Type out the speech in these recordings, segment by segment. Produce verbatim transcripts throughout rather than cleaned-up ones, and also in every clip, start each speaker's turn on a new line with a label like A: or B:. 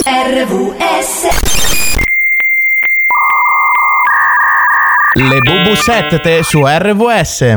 A: R V S.
B: Le bubusette su R V S.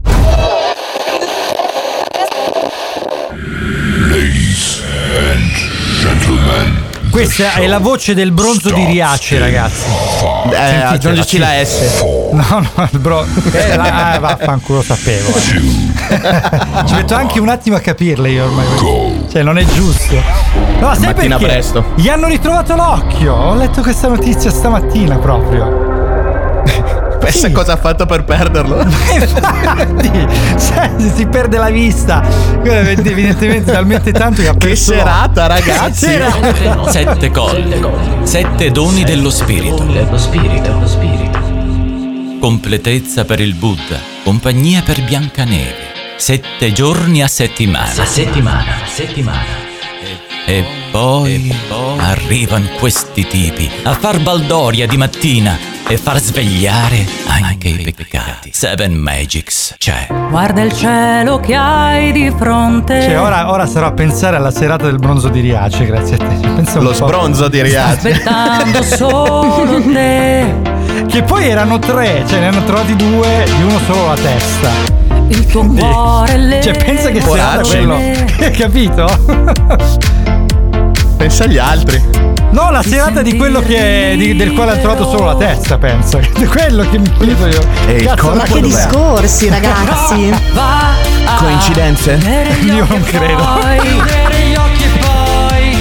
C: Ladies and gentlemen.
D: Questa è la voce del bronzo di Riace, ragazzi.
B: Eh, aggiungici la S.
D: No, no, il bro. Eh, la, eh, vaffanculo, sapevo. Ci metto anche un attimo a capirle io ormai. Cioè, non è giusto. No, sai
B: mattina
D: perché?
B: presto.
D: Gli hanno ritrovato l'occhio. Ho letto questa notizia stamattina proprio.
B: Pensa
D: sì.
B: cosa ha fatto per perderlo.
D: Infatti, se si perde la vista. Evidentemente talmente tanto che ha perso.
B: Che serata, ragazzi.
D: Serata.
E: Sette colli, sette doni dello spirito.
F: Dello spirito, dello spirito.
E: Completezza per il Buddha, compagnia per Biancaneve. Sette giorni a settimana.
F: A settimana, a settimana.
E: E poi, e poi arrivano questi tipi a far baldoria di mattina e far svegliare anche i peccati. Seven Magics c'è.
G: Guarda il cielo che hai di fronte.
D: Cioè, ora, ora sarò a pensare alla serata del bronzo di Riace, grazie a te. Penso
B: Lo sbronzo di Riace.
G: Aspettando solo te.
D: Che poi erano tre, cioè ne hanno trovati due di uno solo la testa.
G: Il tuo
D: Quindi,
G: cuore le
D: cioè pensa che serata
B: Poracci.
D: quello. Capito?
B: Pensa agli altri.
D: No, la serata di quello che di, del quale ha trovato solo la testa, pensa. È quello che mi chiedo io.
B: E il
D: Cazzo,
B: corpo
H: Ma che
B: dov'è?
H: discorsi, ragazzi.
G: va a
B: Coincidenze?
D: Io non credo.
G: chiudere gli occhi e poi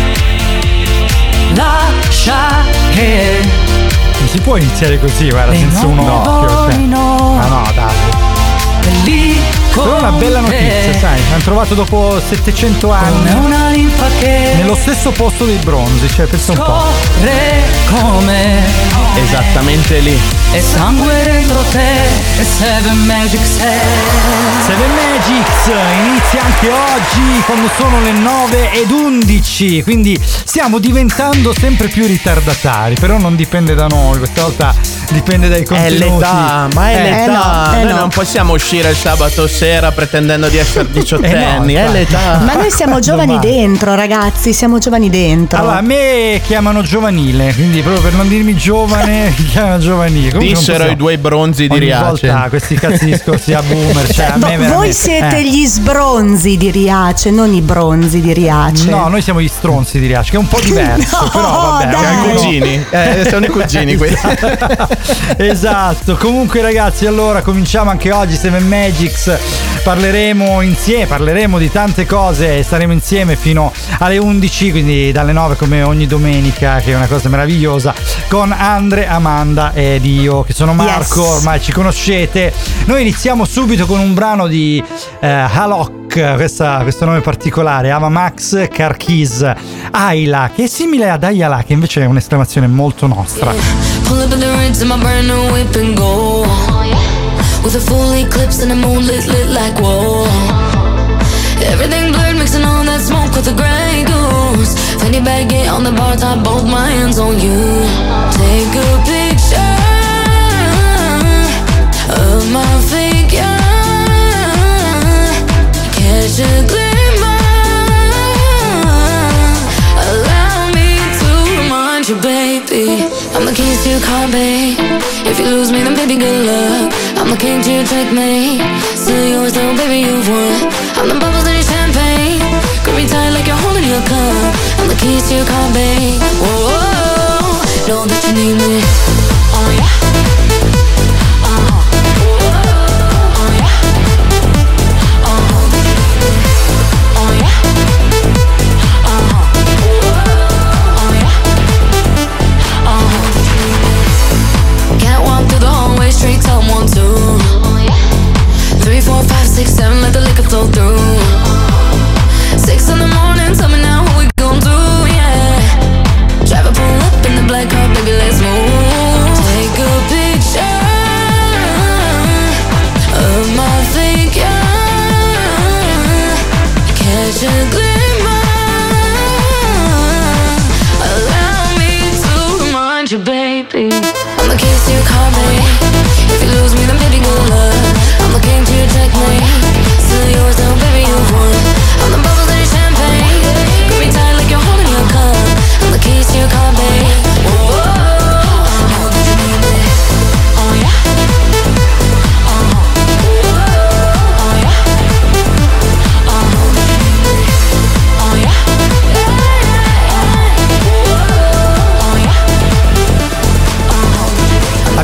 G: lascia che
D: Non si può iniziare così, guarda,
G: le
D: senza un
G: notti
D: occhio. Cioè.
G: volino.
D: Ma no, dai.
G: Lì
D: Però una bella
G: con
D: notizia,
G: te.
D: sai. L'hanno trovato dopo settecento
G: Come
D: anni.
G: una linfa che
D: Nello stesso posto dei bronzi, cioè pensa un po'.
G: scorre come
B: Esattamente lì.
G: e sangue dentro te e Seven Magics è.
D: Seven Magics inizia anche oggi quando sono le nove ed undici, quindi stiamo diventando sempre più ritardatari, però non dipende da noi, questa volta dipende dai
B: È
D: contenuti.
B: l'età, ma è
D: Eh,
B: l'età.
H: eh no, eh
B: Noi
H: no.
B: non possiamo uscire il sabato sera pretendendo di essere diciottenni.
D: Eh no,
B: È l'età.
H: Ma noi siamo giovani
D: Normale.
H: dentro, ragazzi, siamo giovani dentro.
D: Allora, a me chiamano giovanile, quindi proprio per non dirmi giovane, mi chiamano giovanile. Comunque non
B: Dissero
D: possiamo-
B: i due bronzi di
D: Ogni
B: Riace.
D: volta questi cazzi discorsi a boomer, cioè a
H: No,
D: me
H: voi
D: veramente-
H: siete
D: eh.
H: gli sbronzi di Riace, non i bronzi di Riace.
D: No, noi siamo gli stronzi di Riace, che è un po' diverso,
H: No,
D: però vabbè.
H: dai.
D: ognuno-
B: I cugini. Eh, sono i cugini quelli.
D: Esatto. Comunque ragazzi, allora cominciamo anche oggi Seven Magics. Parleremo insieme, parleremo di tante cose, staremo insieme fino alle undici, quindi dalle nove come ogni domenica, che è una cosa meravigliosa, con Andre, Amanda ed io, che sono Marco,
H: Yes.
D: ormai ci conoscete. Noi iniziamo subito con un brano di eh, Halok, questa, questo nome particolare, Ava Max Karkiz Ayla, che è simile ad Ayala, che invece è un'esclamazione molto nostra.
I: Pull up in the rinse in my brand new whip and go. With a full eclipse and the moon lit, lit like whoa. Everything blurred, mixing all that smoke with the Grey Goose. Fanny baggy on the bar top, both my hands on you. Take a picture of my figure. Catch a glimmer. Allow me to remind you, baby, I'm the keys to your car, babe. If you lose me, then baby, good luck. I'm the king to your checkmate. Still yours, though, baby, you've won. I'm the bubbles in your champagne. Grip me tight like you're holding your cup. I'm the keys to your car, babe. Whoa, whoa, whoa. Know that you need me. Oh yeah. Uh-huh. Oh yeah. Uh-huh. Oh yeah. Uh-huh. Oh yeah. Uh-huh. Can't walk through the hallway, straight up one, two. Three, four, five, six, seven, let the liquor flow through. Six in the morning, tell me now what we gon' do, yeah.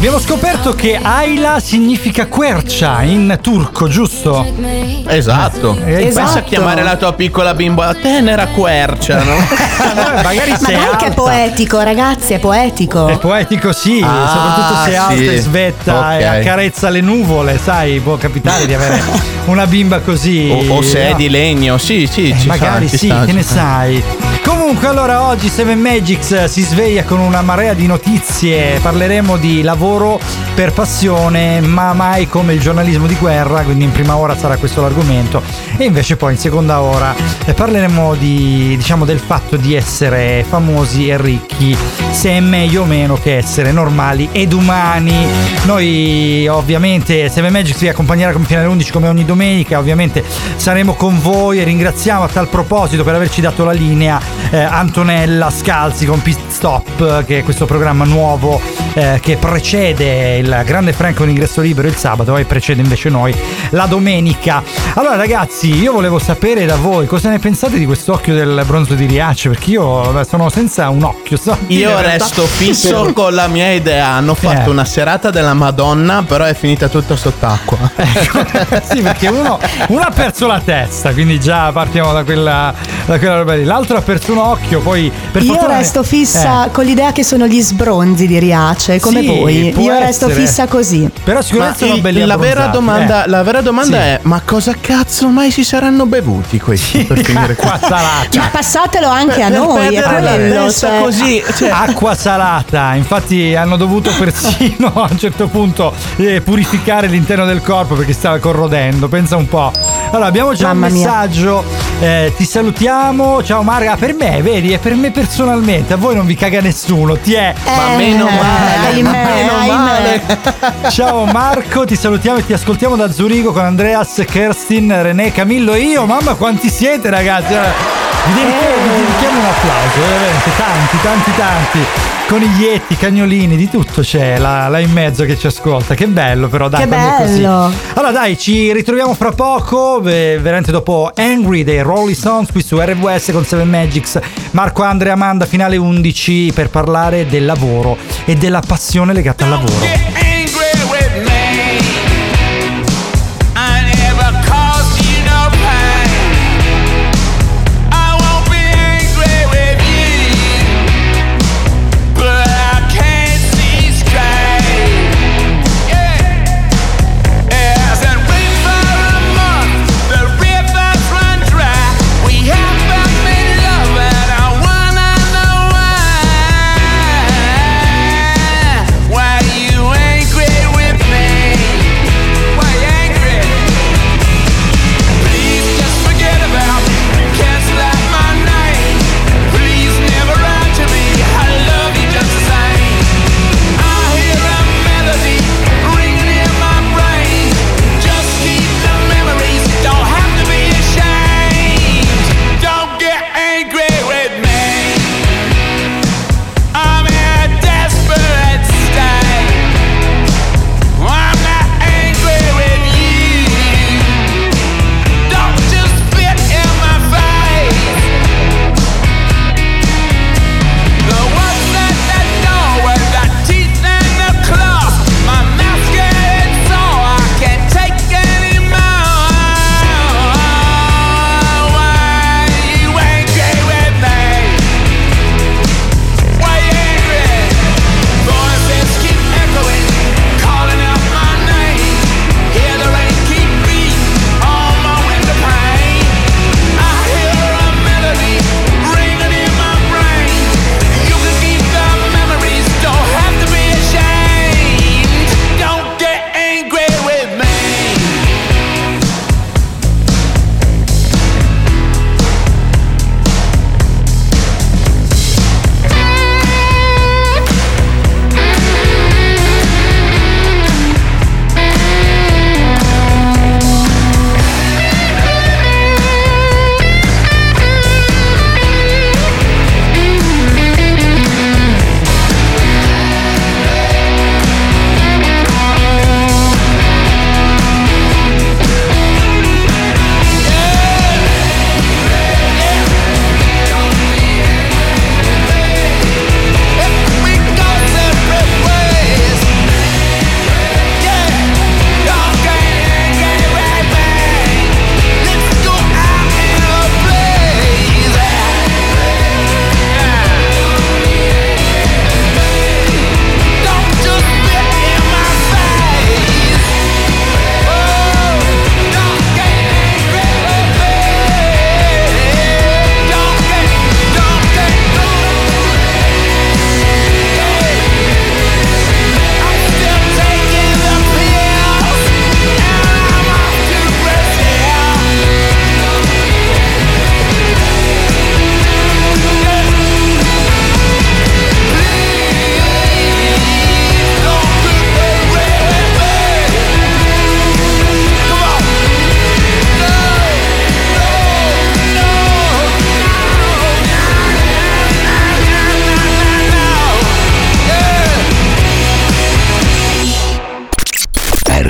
D: Abbiamo scoperto che Ayla significa quercia in turco, giusto?
B: Esatto.
D: Eh,
H: Esatto.
B: Pensa a chiamare la tua piccola bimba tenera quercia, no?
D: Vabbè, magari
H: Ma
D: sei
H: dai che è
D: alta.
H: poetico, ragazzi, è poetico.
D: È poetico, sì,
B: Ah,
D: soprattutto se è alta
B: sì.
D: e svetta e
B: Ok.
D: accarezza le nuvole, sai, può capitare di avere una bimba così.
B: O, o se è
D: no?
B: di legno, sì, sì,
D: Eh,
B: ci
D: magari
B: sta, ci
D: sì,
B: sta,
D: che
B: ci
D: ne
B: sta.
D: sai. Comunque allora oggi Seven Magics si sveglia con una marea di notizie, parleremo di lavoro per passione, ma mai come il giornalismo di guerra, quindi in prima ora sarà questo l'argomento e invece poi in seconda ora eh, parleremo di, diciamo, del fatto di essere famosi e ricchi, se è meglio o meno che essere normali ed umani. Noi ovviamente Seven Magics vi accompagnerà fino alle undici come ogni domenica, ovviamente saremo con voi e ringraziamo a tal proposito per averci dato la linea eh, Antonella Scalzi con Pit Stop, che è questo programma nuovo eh, che precede il Grande Franco in ingresso libero il sabato e precede invece noi la domenica. Allora ragazzi, io volevo sapere da voi cosa ne pensate di quest'occhio del bronzo di Riace, perché io vabbè, sono senza un occhio, so,
B: Io
D: in realtà-
B: resto fisso con la mia idea. Hanno fatto
D: Eh.
B: una serata della Madonna, però è finita tutta sott'acqua.
D: Sì, perché uno, uno ha perso la testa, quindi già partiamo da quella, da quella roba lì. L'altro ha perso un occhio, poi per
H: Io
D: fortuna-
H: resto fissa
D: Eh.
H: con l'idea che sono gli sbronzi di Riace, come
D: Sì,
H: voi.
D: può
H: Io resto
D: essere.
H: fissa così.
D: Però
B: Ma
D: sicuramente sono
B: il-
D: belli
B: la, vera
D: abbronzati,
B: domanda,
D: eh.
B: la vera domanda
D: Sì.
B: è: ma cosa cazzo mai si saranno bevuti questi per finire qua?
D: Acqua salata.
H: Ma passatelo anche a
B: Per
H: noi, è
B: perdere la
H: quello.
B: testa
H: cioè.
B: così, cioè,
D: Acqua salata, infatti hanno dovuto persino a un certo punto eh, purificare l'interno del corpo perché stava corrodendo, pensa un po'. Allora abbiamo già
H: Mamma
D: un
H: mia.
D: messaggio, eh, ti salutiamo, ciao Marga, per me, vedi, è per me personalmente, a voi non vi caga nessuno, ti è.
B: ma
H: Eh,
B: meno male,
H: ahimè,
B: ma meno
H: ahimè.
B: male.
D: Ciao Marco, ti salutiamo e ti ascoltiamo da Zurigo con Andreas, Kerstin, René, Camillo e io. Mamma quanti siete ragazzi! Allora, vi, dedichiamo, vi dedichiamo un applauso, veramente tanti, tanti, tanti. Coniglietti, cagnolini, di tutto c'è là, là in mezzo che ci ascolta. Che bello però, dai,
H: Che
D: quando è così.
H: bello.
D: Allora dai, ci ritroviamo fra poco, eh, veramente dopo Angry dei Rolling Stones qui su R W S con Seven Magics. Marco, Andrea, Amanda, finale undici per parlare del lavoro e della passione legata al lavoro.
A: Why you ain't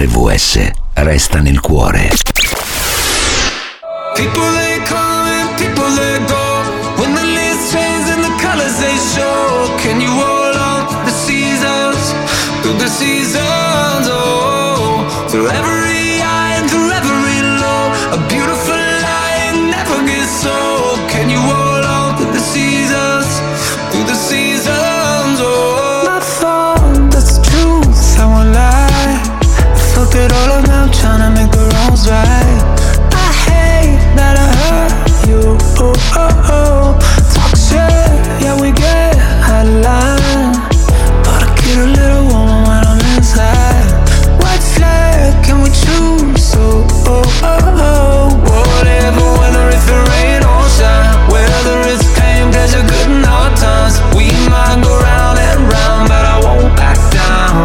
A: R V S resta nel cuore.
J: People they come and people they go. When the leaves change and the colors they show. Can you hold on through the seasons? Through the seasons, oh. Through every high and through every low. A beautiful lie never gets old. Can you hold on through the seasons? Through the seasons, oh. My fault, that's the truth, I won't lie. I fucked it all up now, trying to make the wrongs right. I hate that I hurt you, oh, oh, oh. Talk shit, yeah, we get out of line. But I get a little warm when I'm inside. White flag, can we choose? Oh, oh, oh, oh. Whatever, whether if it rain or shine. Whether it's pain, pleasure, good and hard times. We might go round and round, but I won't back down.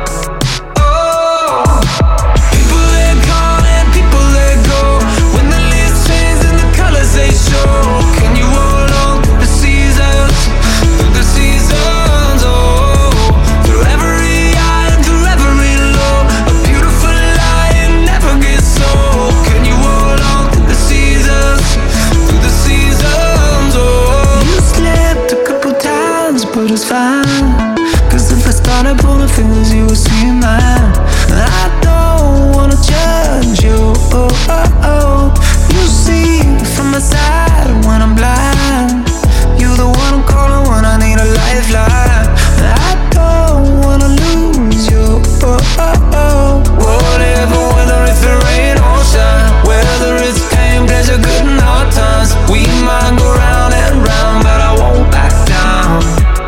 J: Oh, people they come and people they go. When the leaves change and the colors they show. Can you hold on through the seasons? Through the seasons, oh. Through every high and through every low. A beautiful lie, it never gets old. Can you hold on through the seasons? Through the seasons, oh. You slipped a couple times, but it's fine. Cause if I started pulling fingers, you would see mine. And I don't wanna judge you, oh, oh, oh. You see from my side when I'm blind. You're the one I'm calling when I need a lifeline. And I don't wanna lose you, oh, oh, oh. Whatever, whether it's the rain or shine. Whether it's pain, pleasure, good and hard times. We might go round and round, but I won't back down.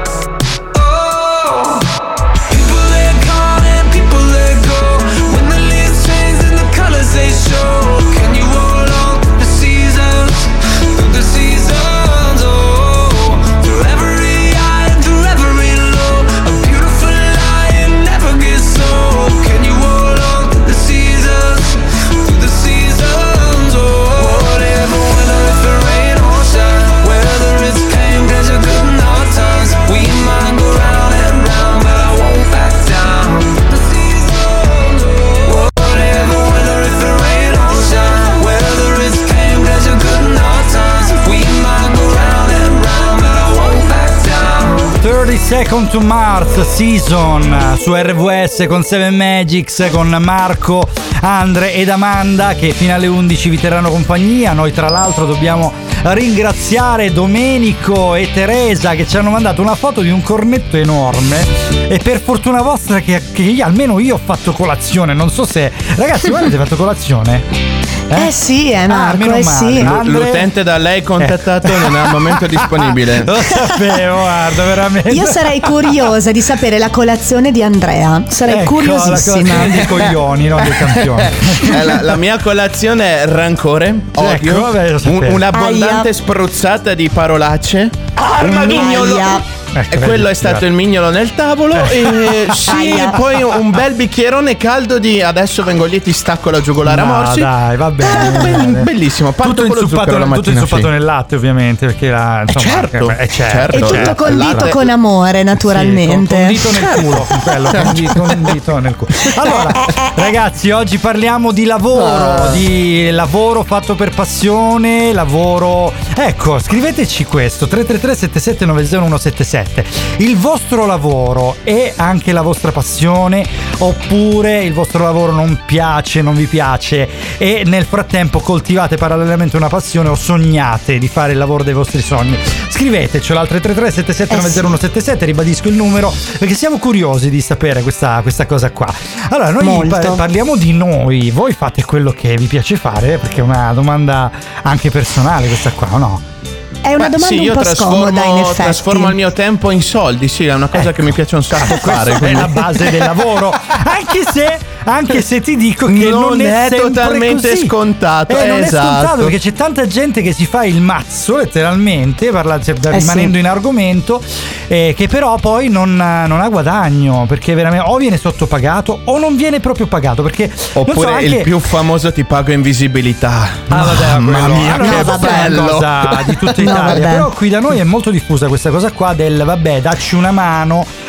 J: Oh, people they come and people they go. When the leaves change and the colors they show. Can you hold on through the seasons? Through the seasons, oh. Through every high and through every low. A beautiful lie, it never gets old. Can you hold on through the seasons? Through the seasons, oh. Whatever, whether it's the rain or shine. Whether it's pain, pleasure, good and hard times. We might go round and round, but I won't back down. The seasons, oh. Whatever, whether it's the rain or shine. Whether it's pain, pleasure, good and hard times. We might go round and round, but I won't back down.
D: thirty Second to Mars Season su R V S con Seven Magics, con Marco, Andre ed Amanda che fino alle undici vi terranno compagnia. Noi tra l'altro dobbiamo ringraziare Domenico e Teresa che ci hanno mandato una foto di un cornetto enorme e per fortuna vostra che, che io, almeno io ho fatto colazione. Non so se ragazzi voi avete fatto colazione?
H: Eh, eh sì, eh Marco,
D: ah,
H: eh
D: male.
H: sì.
D: Andre...
B: L'utente da lei contattato eh. non è al momento disponibile.
D: Lo sapevo, guarda, veramente.
H: Io sarei curiosa di sapere la colazione di Andrea. Sarei
D: ecco,
H: curiosissima.
D: Dei coglioni, non dei campioni.
B: Eh, la, la mia colazione è rancore, odio,
D: ecco, vabbè,
B: un, un'abbondante
H: Aia.
B: spruzzata di parolacce, un mignolo.
H: Aia.
B: Ecco, e quello è stato il mignolo nel tavolo e sì, e poi un bel bicchierone caldo di adesso vengo lì e ti stacco la giugolare
D: no,
B: a morsi.
D: Dai, va bene,
B: eh,
D: va bene.
B: Bellissimo.
D: Tutto insuppato, la tutto insuppato nel latte, ovviamente, perché la
B: insomma, eh certo,
D: è certo.
H: E tutto
B: certo.
H: condito
B: latte.
H: con amore, naturalmente.
D: Sì, con, condito nel culo, quello, condito, condito nel culo. Allora, ragazzi, oggi parliamo di lavoro, ah. di lavoro fatto per passione, lavoro. Ecco, scriveteci questo tre tre tre sette sette nove zero uno sette sette. Il vostro lavoro è anche la vostra passione oppure il vostro lavoro non piace, non vi piace e nel frattempo coltivate parallelamente una passione o sognate di fare il lavoro dei vostri sogni? Scrivetecelo al tre tre tre sette sette nove zero uno sette sette, ribadisco il numero perché siamo curiosi di sapere questa, questa cosa qua. Allora noi pa- parliamo di noi, voi fate quello che vi piace fare perché è una domanda anche personale questa qua, o no?
H: È una
B: Beh,
H: domanda
B: sì,
H: un
B: io
H: po' scomoda in effetti.
B: Trasformo il mio tempo in soldi, sì, è una cosa
D: ecco.
B: che mi piace un sacco fare.
D: Questa è la base del lavoro, anche se, anche se ti dico che non,
B: non è,
D: è
B: totalmente
D: così.
B: scontato.
D: Eh, non
B: esatto.
D: è scontato perché c'è tanta gente che si fa il mazzo, letteralmente, parla, cioè, eh, rimanendo sì. in argomento, eh, che però poi non, non ha guadagno perché veramente o viene sottopagato o non viene proprio pagato. Perché
B: oppure
D: non so, anche...
B: il più famoso ti pago in visibilità.
D: Ah, vabbè,
B: mamma mia,
D: allora,
B: che
D: non so
B: bello!
D: È una cosa di tutta Italia, no, però qui da noi è molto diffusa questa cosa qua del vabbè, dacci una mano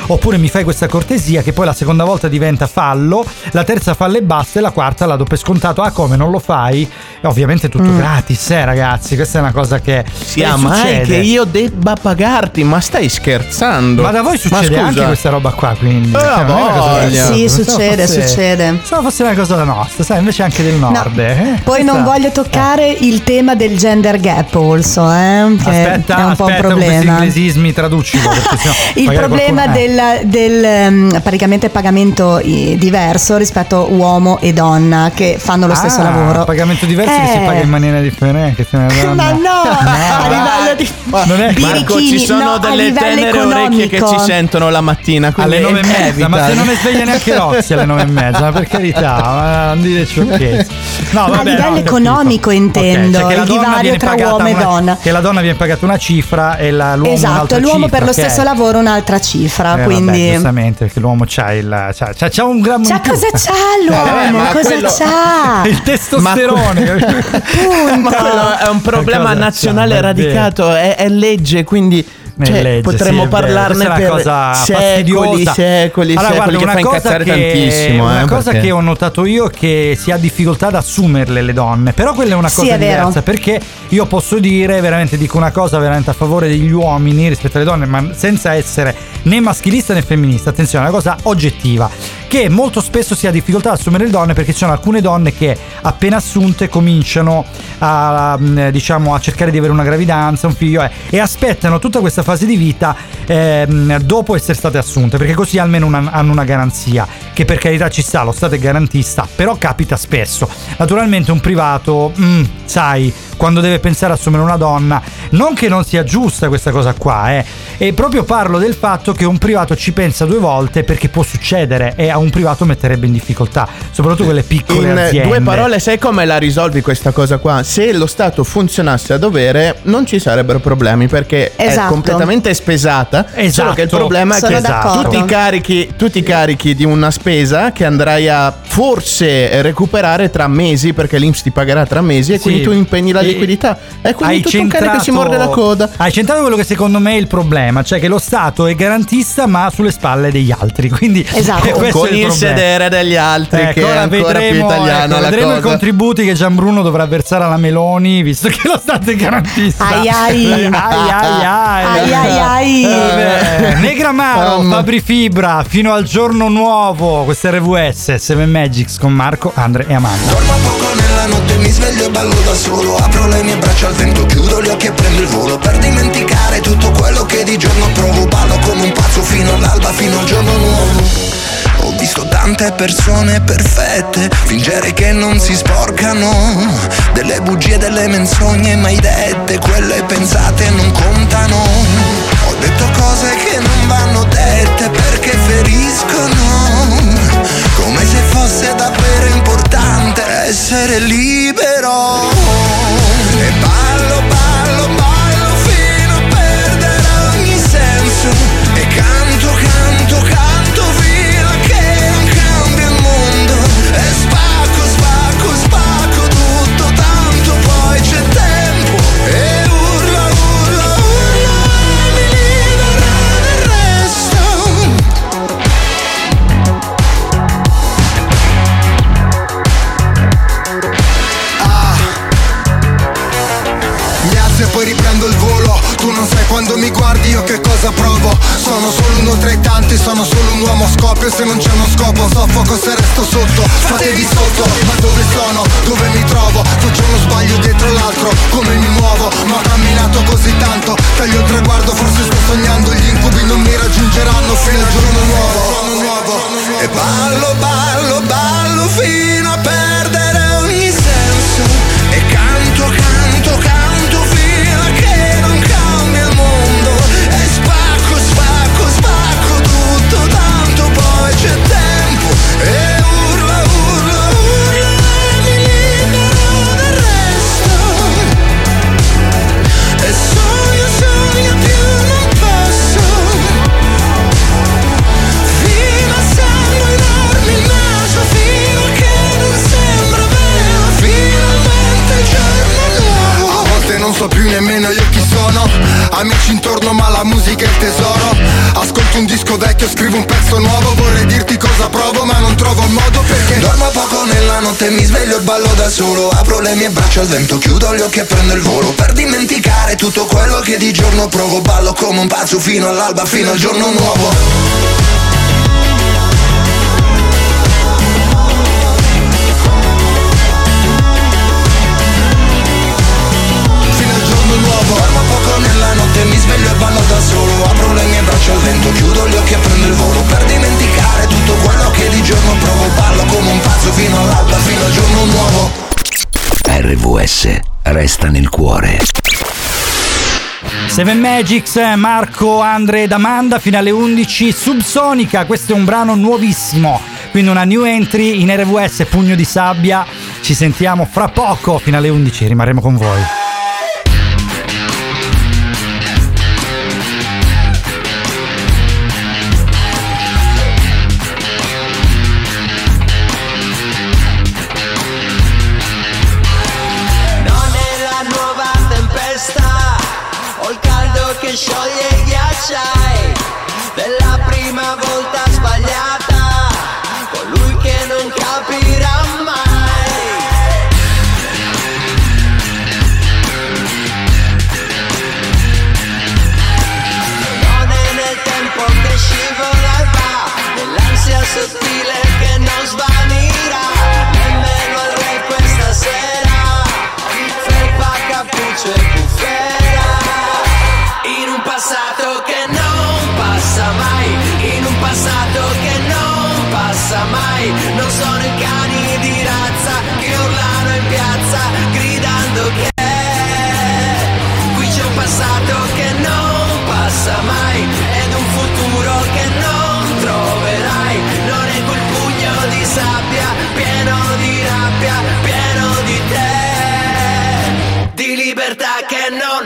D: oppure mi fai questa cortesia, che poi la seconda volta diventa fallo, la terza fallo e basta, e la quarta la do per scontato. Ah, come, non lo fai? E ovviamente tutto mm. gratis, eh ragazzi, questa è una cosa che
B: sì, ah, ma è che io debba pagarti, ma stai scherzando?
D: Ma da voi succede anche questa roba qua, quindi
B: oh,
H: oh, sì, succede,
D: fosse,
H: succede.
D: Se no fosse una cosa nostra, sai, invece anche del nord.
H: No.
D: Eh?
H: Poi
D: questa...
H: non voglio toccare eh. il tema del gender gap also, eh, che
D: aspetta,
H: è un
D: aspetta,
H: po' un problema.
D: Con questi inglesismi traducilo,
H: il problema
D: qualcuno...
H: del, del um, praticamente pagamento i, diverso rispetto uomo e donna che fanno lo
D: ah,
H: stesso lavoro.
D: Pagamento diverso
H: eh.
D: che si paga in maniera differente.
H: Ma no, no, a livello di
D: non è...
B: Marco, ci sono
H: no,
B: delle tenere economico. Orecchie che ci sentono la mattina
D: alle nove e mezza, ma se non è sveglia neanche Rozzi alle nove e mezza, ma per carità, ma non dire sciocchezze. No, vabbè,
H: a livello
D: no,
H: economico intendo,
D: okay, cioè il divario
H: tra uomo e
D: una,
H: donna.
D: Che la donna viene pagata una cifra e la, l'uomo
H: esatto,
D: un'altra
H: l'uomo
D: cifra,
H: per lo
D: okay.
H: stesso lavoro un'altra cifra,
D: eh,
H: quindi
D: vabbè, giustamente, perché l'uomo c'ha il c'ha, c'ha, c'ha un grammo
H: c'ha
D: in più.
H: cosa c'ha l'uomo?
B: Eh,
H: cosa
B: quello...
H: c'ha?
D: Il testosterone.
H: Ma,
B: ma quello è un problema nazionale radicato, è, è legge, quindi cioè,
D: legge,
B: potremmo
D: sì,
B: parlarne per
D: cosa
B: secoli, secoli,
D: allora,
B: secoli,
D: guarda,
B: che fa incazzare
D: che,
B: tantissimo.
D: Una
B: eh,
D: cosa
B: perché...
D: che ho notato io è che si ha difficoltà ad assumerle le donne, però quella è una cosa
H: sì, è
D: diversa,
H: vero.
D: Perché io posso dire, veramente dico una cosa veramente a favore degli uomini rispetto alle donne, ma senza essere né maschilista né femminista, attenzione, è una cosa oggettiva, che molto spesso si ha difficoltà ad assumere le donne perché ci sono alcune donne che appena assunte cominciano a, diciamo, a cercare di avere una gravidanza, un figlio eh, e aspettano tutta questa fase di vita eh, dopo essere state assunte, perché così almeno una, hanno una garanzia, che per carità ci sta, lo Stato è garantista, però capita spesso. Naturalmente un privato, mm, sai, quando deve pensare a assumere una donna, non che non sia giusta questa cosa qua, eh, e proprio parlo del fatto che un privato ci pensa due volte perché può succedere e a un privato metterebbe in difficoltà, soprattutto quelle piccole
B: in
D: aziende.
B: Due parole, sai come la risolvi questa cosa qua? Se lo Stato funzionasse a dovere non ci sarebbero problemi, perché
H: esatto.
B: è completamente spesata,
D: esatto.
B: Solo che il problema
H: Sono
B: è che
H: d'accordo.
B: tutti i carichi, tutti i carichi di una spesa che andrai a forse recuperare tra mesi, perché l'I N P S ti pagherà tra mesi e
D: sì.
B: quindi tu impegni la
D: e
B: liquidità, e quindi
D: hai
B: tutto
D: centrato,
B: un carico si morde la coda.
D: Hai centrato quello che secondo me è il problema, cioè che lo Stato è garantista ma sulle spalle degli altri, quindi
H: esatto.
B: con il, il sedere degli altri,
D: ecco,
B: che è ancora
D: vedremo,
B: più italiana,
D: ecco,
B: la
D: vedremo
B: cosa.
D: I contributi che Gianbruno dovrà versare alla Meloni, visto che lo Stato è garantista.
H: Ai ai
D: ai ai
H: ai ai ai
D: eh, Negramaro, um. Fabri Fibra, fino al giorno nuovo. Questo è R V S Seven Magics con Marco, Andre e Amanda.
J: Dormo poco nella notte, mi sveglio e ballo da solo. Apro le mie braccia al vento, chiudo gli occhi e prendo il volo, per dimenticare tutto quello che di giorno provo. Ballo come un pazzo fino all'alba, fino al giorno nuovo. Ho visto tante persone perfette fingere che non si sporcano, delle bugie, delle menzogne mai dette, quelle pensate non contano. Ho detto cose che non vanno dette perché feriscono, come se fosse davvero importante essere libero. E ballo, ballo, ballo fino a perdere ogni senso, e canto, canto, canto fino a che non cambia il mondo, e spacco, spacco, spacco tutto, tanto poi c'è tempo, e urla, urla, urla, mi libera del resto. Ah, mi alzo e poi riprendo il volo. Tu non sai quando mi guardi io che cosa provo. Sono solo uno tra i tanti, sono solo un uomo a scoppio. Se non c'è uno scopo soffoco se resto sotto. Fatevi sotto, ma dove sono? Dove mi trovo? Faccio uno sbaglio dietro l'altro, come mi muovo? Ma ho camminato così tanto, taglio il traguardo, forse sto sognando. Gli incubi non mi raggiungeranno fino al giorno nuovo. E ballo, ballo, ballo fino a perdere ogni senso, e canto, canto, canto fino a che non cambia il mondo, e spacco, spacco, spacco tutto, tanto poi c'è tempo, e urla, urla, urla, mi libero del resto, e sogno, sogno più non posso, fino a sangue enorme il naso, fino a che non sembra vero, finalmente il giorno nuovo. A volte non so più nemmeno io chi sono, amici intorno ma la musica è il tesoro. Ascolto
K: ascolto un disco vecchio, scrivo un pezzo nuovo. Vorrei dirti cosa provo ma non trovo il modo perché dormo poco nella notte, mi sveglio e ballo da solo. Apro le mie braccia al vento, chiudo gli occhi e prendo il volo per dimenticare tutto quello che di giorno provo. Ballo come un pazzo fino all'alba, fino al giorno nuovo. Dormo poco nella notte, mi sveglio e ballo da solo. Apro le mie braccia al vento, chiudo gli occhi e prendo il volo per dimenticare tutto quello che di giorno provo. Ballo come un pazzo fino all'alba, fino al giorno nuovo.
A: R V S resta nel cuore.
D: Seven Magics, Marco, Andre ed Amanda fino alle undici. Subsonica, questo è un brano nuovissimo, quindi una new entry in R V S, Pugno di Sabbia. Ci sentiamo fra poco fino alle undici, rimarremo con voi.
L: Che scioglie i ghiacciai della prima volta sbagliata, colui che non capirà mai. Non è nel tempo che scivola e va, nell'ansia sottile che non svanirà, nemmeno al re questa sera, felpa, cappuccio e bufera. In un passato che non passa mai, in un passato che non passa mai, non sono i cani di razza che urlano in piazza gridando che qui c'è un passato che non passa mai ed un futuro che non troverai, non è quel pugno di sabbia pieno di rabbia, pieno di te, di libertà che non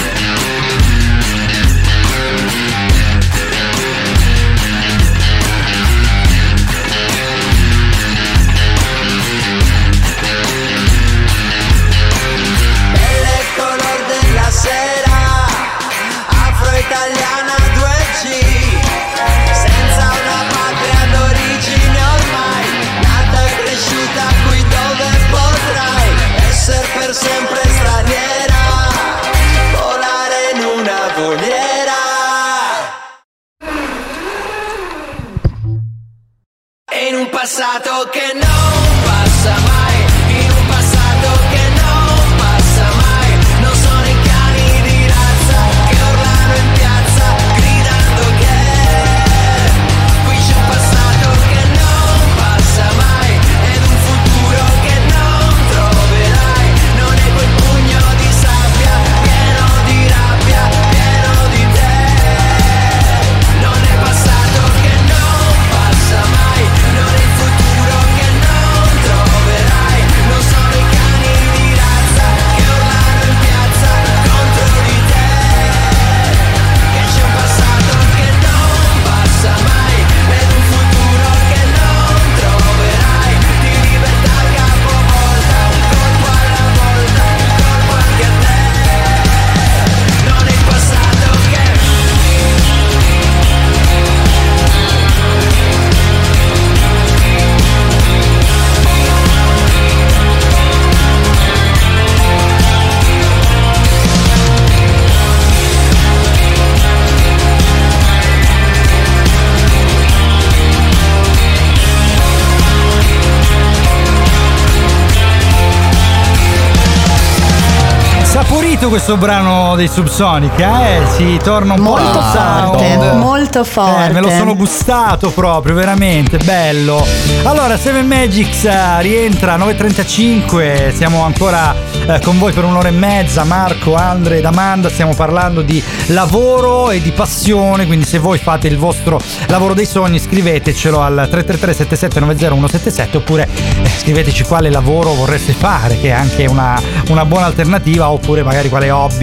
L: sera, afro-italiana due G, senza una patria d'origine ormai, nata e cresciuta qui dove potrai essere per sempre straniera, volare in una voliera. E in un passato che non passa mai, in un passato che non passa mai, non sono i cani di razza che urlano in piazza gridando che qui c'è un passato che non passa mai ed un futuro che non troverai, non è quel pugno di sabbia pieno di rabbia, pieno di te, non è passato che non passa mai, non è il futuro che non troverai, non sono i cani di razza che urlano in piazza contro di te, che c'è un passato che non passa mai ed un futuro che non troverai, di libertà capovolta, un colpo alla volta, un colpo anche a te, non è il passato che
D: Saporito questo brano dei Subsonica, eh? Si torna un
H: Molto
D: po' al
H: forte,
D: sound.
H: molto forte.
D: Eh, me lo sono gustato proprio, veramente bello. Allora, Seven Magics eh, rientra nove e trentacinque. Siamo ancora eh, con voi per un'ora e mezza. Marco, Andre ed Amanda. Stiamo parlando di lavoro e di passione. Quindi, se voi fate il vostro lavoro dei sogni, scrivetecelo al tre tre tre sette sette nove zero uno sette sette oppure eh, scriveteci quale lavoro vorreste fare, che è anche una, una buona alternativa, oppure magari quale hobby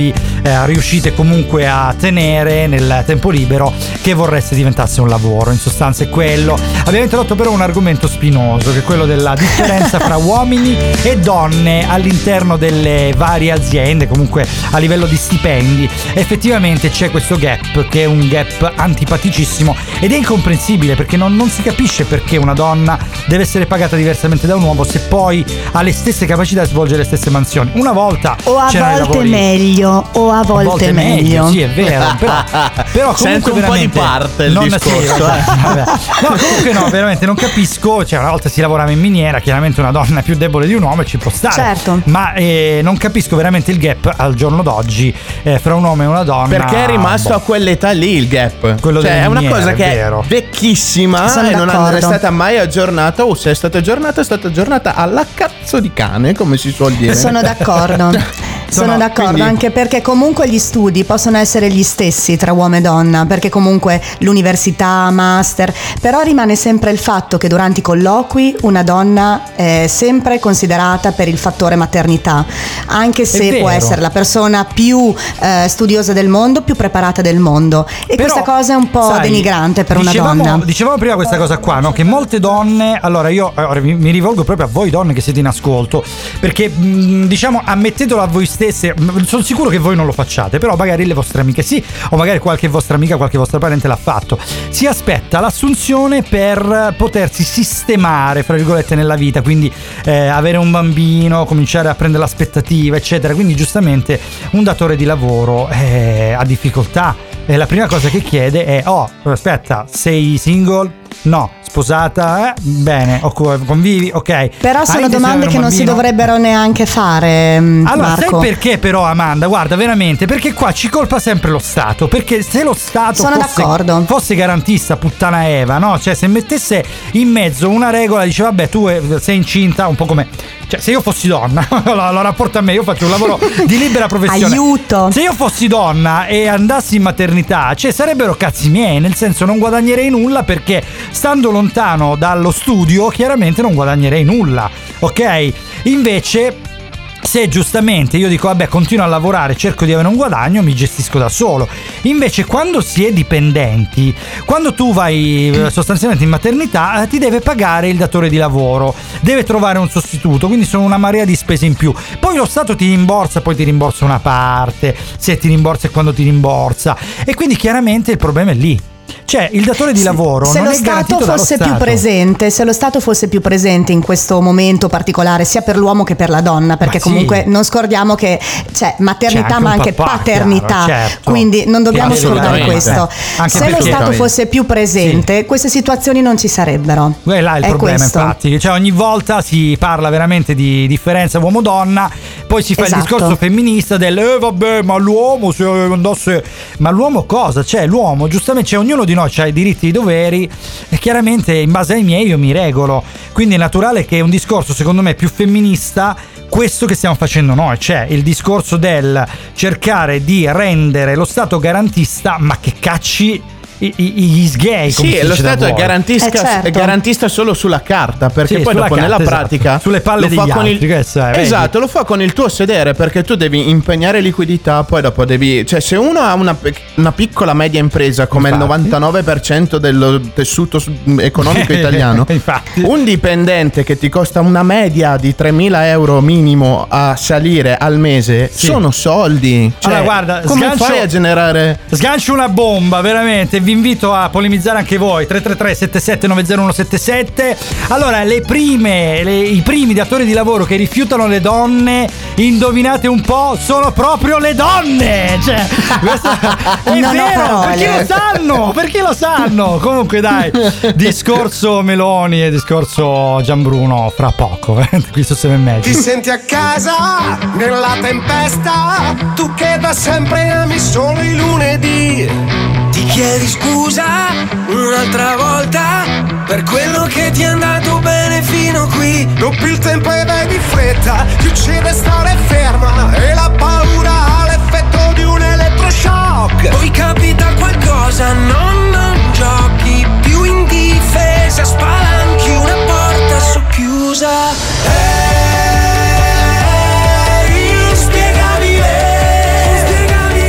D: eh, riuscite comunque a tenere nel tempo libero che vorreste diventasse un lavoro. In sostanza è quello. Abbiamo introdotto però un argomento spinoso, che è quello della differenza fra uomini e donne all'interno delle varie aziende, comunque a livello di stipendi. Effettivamente c'è questo gap, che è un gap antipaticissimo ed è incomprensibile, perché non, non si capisce perché una donna deve essere pagata diversamente da un uomo se poi ha le stesse capacità di svolgere le stesse mansioni. Una volta
H: o a volte meglio o a volte,
D: a volte
H: meglio.
D: meglio sì, è vero, però, però comunque
B: sento un po' di parte il
D: non
B: discorso
D: sì,
B: eh.
D: vabbè. No, comunque no, veramente non capisco. Cioè, una volta si lavorava in miniera, chiaramente una donna è più debole di un uomo e ci può stare,
H: certo.
D: Ma eh, non capisco veramente il gap al giorno d'oggi eh, fra un uomo e una donna,
B: perché è rimasto boh. a quell'età lì il gap.
D: Quello
B: cioè è una
D: miniere,
B: cosa
D: è
B: che
D: vero.
B: è vecchissima.
H: Sono
B: e non
H: d'accordo.
B: è stata mai aggiornata, o se è stata aggiornata è stata aggiornata alla cazzo di cane, come si suol dire.
H: Sono d'accordo. Sono
B: no,
H: d'accordo,
B: quindi...
H: anche perché comunque gli studi possono essere gli stessi tra uomo e donna, perché comunque l'università, master, però rimane sempre il fatto che durante i colloqui una donna è sempre considerata per il fattore maternità, anche se può essere la persona più eh, studiosa del mondo, più preparata del mondo, e
D: però,
H: questa cosa è un po'
D: sai,
H: denigrante per
D: dicevamo,
H: una donna.
D: Dicevamo prima questa cosa qua, no? Che molte donne, allora io ora mi, mi rivolgo proprio a voi donne che siete in ascolto, perché mh, diciamo ammettetelo a voi stesse, sono sicuro che voi non lo facciate, però magari le vostre amiche sì, o magari qualche vostra amica, qualche vostra parente l'ha fatto. Si aspetta l'assunzione per potersi sistemare, fra virgolette, nella vita, quindi eh, avere un bambino, cominciare a prendere l'aspettativa, eccetera. Quindi giustamente un datore di lavoro eh, ha difficoltà, e la prima cosa che chiede è: oh, aspetta, sei single? No. Sposata? Eh? Bene. Convivi? Ok.
H: Però
D: Hai
H: sono domande che non si
D: bambino?
H: dovrebbero neanche fare,
D: Allora,
H: Marco.
D: sai perché però, Amanda? Guarda, veramente, perché qua ci colpa sempre lo Stato, perché se lo Stato
H: sono
D: fosse,
H: d'accordo.
D: fosse garantista, puttana Eva, no? Cioè, se mettesse in mezzo una regola, dice vabbè, tu sei incinta, un po' come, cioè, se io fossi donna, lo, lo rapporto a me, io faccio un lavoro di libera professione.
H: Aiuto.
D: Se io fossi donna e andassi in maternità, cioè sarebbero cazzi miei, nel senso non guadagnerei nulla, perché stando lontano dallo studio chiaramente non guadagnerei nulla, ok? Invece se giustamente io dico vabbè, continuo a lavorare, cerco di avere un guadagno, mi gestisco da solo. Invece quando si è dipendenti, quando tu vai sostanzialmente in maternità, ti deve pagare il datore di lavoro, deve trovare un sostituto, quindi sono una marea di spese in più. Poi lo Stato ti rimborsa, poi ti rimborsa una parte, se ti rimborsa e quando ti rimborsa, e quindi chiaramente il problema è lì. Cioè il datore di lavoro
H: se
D: non
H: lo
D: è garantito
H: Stato fosse
D: dallo
H: più
D: Stato.
H: presente, se lo Stato fosse più presente in questo momento particolare, sia per l'uomo che per la donna, perché
D: Ma sì.
H: comunque non scordiamo che c'è maternità,
D: C'è anche
H: ma
D: un
H: anche
D: papà,
H: paternità,
D: chiaro, certo.
H: quindi non dobbiamo scordare
B: Assolutamente.
H: questo.
D: Anche
H: Se lo
D: perché-
H: Stato fosse più presente, queste situazioni non ci sarebbero.
D: È là il
H: È
D: problema,
H: questo.
D: infatti, cioè ogni volta si parla veramente di differenza uomo-donna, poi si fa
H: Esatto.
D: il discorso femminista del eh vabbè, ma l'uomo se andasse, ma l'uomo cosa? Cioè l'uomo giustamente, cioè, ognuno di noi ha i diritti e i doveri, e chiaramente in base ai miei io mi regolo, quindi è naturale che un discorso secondo me più femminista questo che stiamo facendo noi, cioè il discorso del cercare di rendere lo Stato garantista, ma che cacci i, i, gli sgay, come
B: Sì,
D: si
B: lo
D: dice da
B: Stato è
D: voi.
B: garantista,
H: Eh, certo.
B: è garantista solo sulla carta, perché
D: Sì,
B: poi
D: sulla
B: dopo
D: carta,
B: nella
D: esatto.
B: pratica
D: Sulle palle
B: lo fa
D: degli
B: con
D: altri,
B: il,
D: questo è, vedi?
B: esatto, lo fa con il tuo sedere, perché tu devi impegnare liquidità, poi dopo devi, cioè se uno ha una, una piccola media impresa come
D: Infatti.
B: il novantanove per cento del tessuto s- economico italiano,
D: Infatti.
B: un dipendente che ti costa una media di tremila euro minimo a salire al mese,
D: Sì.
B: sono soldi. Cioè,
D: Allora, guarda,
B: come
D: sgancio-
B: fai a generare...
D: Sgancio una bomba, veramente. Vi invito a polemizzare anche voi. tre tre tre sette sette nove zero uno sette sette. Allora, le prime, le- i primi datori di lavoro che rifiutano le donne, indovinate un po', sono proprio le donne. Cioè, questo è
H: Non ho
D: vero,
H: parole.
D: perché lo sanno, perché lo sanno. Comunque, dai, discorso Meloni e discorso Gianbruno fra poco. Qui su seven
M: Ti
D: Magic.
M: senti a casa nella tempesta, tu che da sempre ami solo i lunedì. Ti chiedi scusa un'altra volta per quello che ti è andato bene fino qui. Doppi il tempo e vai di fretta, ti uccide stare ferma e la paura ha l'effetto di un elettroshock. Poi capita qualcosa, no, non giochi più in difesa, spalanchi una porta socchiusa. È inspiegabile, inspiegabile.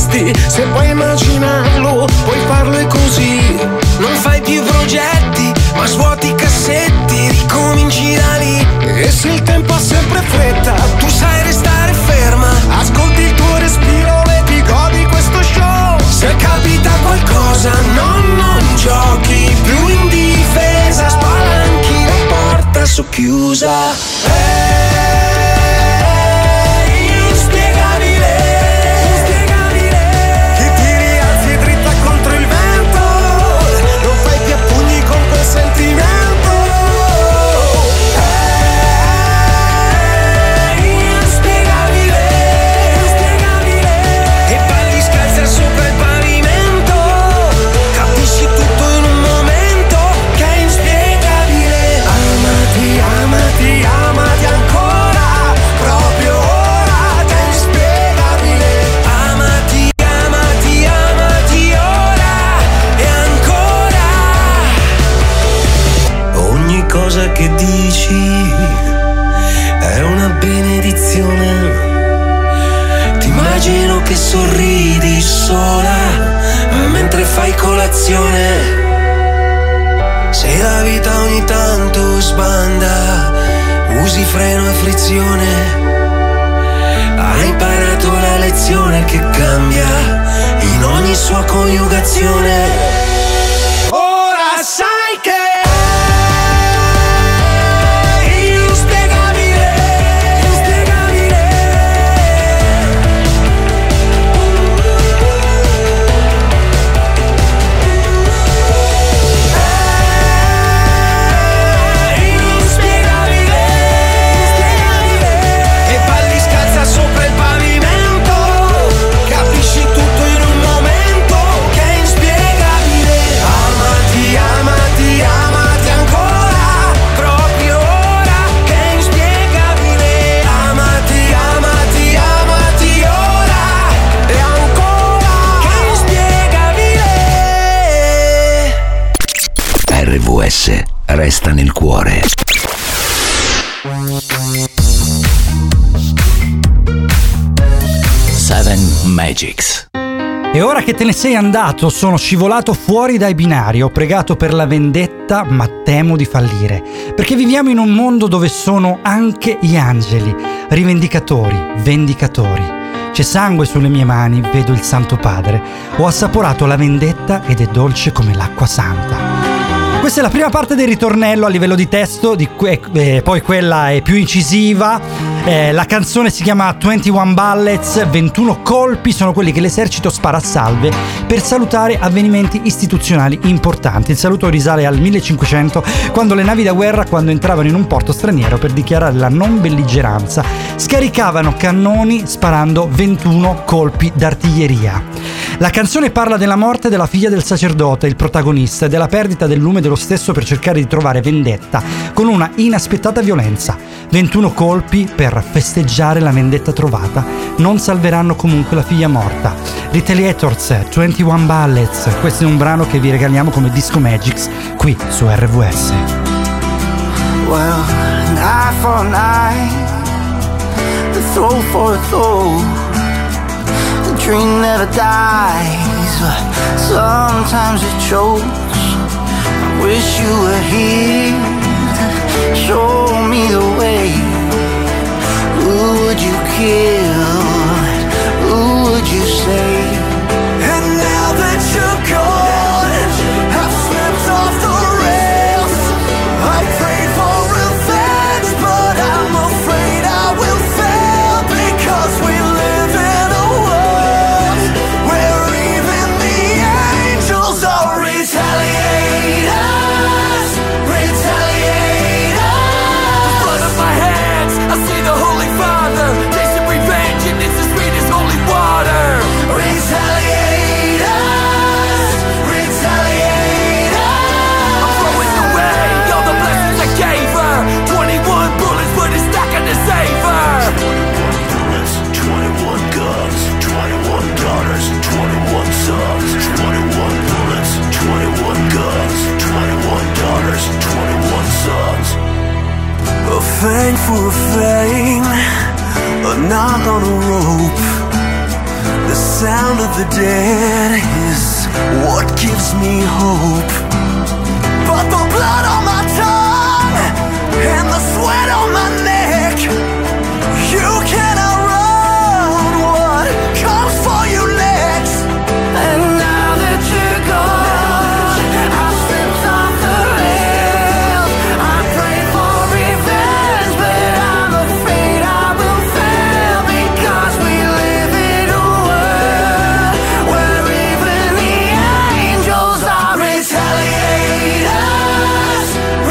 M: esisti. Se puoi immaginarlo, puoi farlo e così. Non fai più progetti, ma svuoti i cassetti, ricominci da lì. E se il tempo ha sempre fretta, tu sai restare ferma. Ascolti il tuo respiro e ti godi questo show. Se capita qualcosa, no, non giochi più in difesa. Spalanchi la porta socchiusa. Sentimento è inspiegabile, inspiegabile. E balli scalza sopra il pavimento, capisci tutto in un momento che è inspiegabile. Amati, amati, amati ancora, proprio ora che è inspiegabile. Amati, amati, amati ora e ancora. Ogni cosa che dici è una benedizione. Ti immagino che sorridi sola mentre fai colazione. Se la vita ogni tanto sbanda, usi freno e frizione. Hai imparato la lezione che cambia in ogni sua coniugazione. Ora sai che
A: R V S resta nel cuore.
E: Seven Magics.
D: E ora che te ne sei andato, sono scivolato fuori dai binari, ho pregato per la vendetta, ma temo di fallire, perché viviamo in un mondo dove sono anche gli angeli, rivendicatori, vendicatori. C'è sangue sulle mie mani, vedo il Santo Padre, ho assaporato la vendetta ed è dolce come l'acqua santa. Questa è la prima parte del ritornello a livello di testo, di que- eh, poi quella è più incisiva. Eh, la canzone si chiama ventuno Bullets, ventuno colpi sono quelli che l'esercito spara a salve per salutare avvenimenti istituzionali importanti. Il saluto risale al millecinquecento, quando le navi da guerra, quando entravano in un porto straniero per dichiarare la non belligeranza, scaricavano cannoni sparando ventuno colpi d'artiglieria. La canzone parla della morte della figlia del sacerdote, il protagonista, e della perdita del lume dello stesso per cercare di trovare vendetta con una inaspettata violenza. ventuno colpi per festeggiare la vendetta trovata non salveranno comunque la figlia morta. Retaliators, ventuno Bullets, questo è un brano che vi regaliamo come Disco Magics qui su R V S.
N: Well, an eye for an eye, a throw for a throw. The dream never dies, but sometimes it chokes. I wish you were here to show me the way. Who would you kill? Who would you save? And now that you're gone, I've slipped off the rails. I prayed for revenge, but I'm afraid I will fail, because we live in a world where even the angels are retaliators, retaliators. The blood of my hands, I see the Holy Father, tasting revenge, and it's as sweet as holy water. Retaliators, retaliators. I'm throwing away all the blessings I gave her. twenty-one bullets, but it's not gonna save her. twenty-one bullets, twenty-one guns, twenty-one daughters, twenty-one sons. twenty-one bullets, twenty-one guns, twenty-one daughters, twenty-one sons. A fang for a fang, a knot on a rope.
J: The sound of the dead is what gives me hope. But the blood on my tongue and the sweat on my neck, you cannot run what comes for you next. And now that you're gone, I've slipped off the rails. I pray for revenge, but I'm afraid I will fail, because we live in a world where even the angels are retaliators,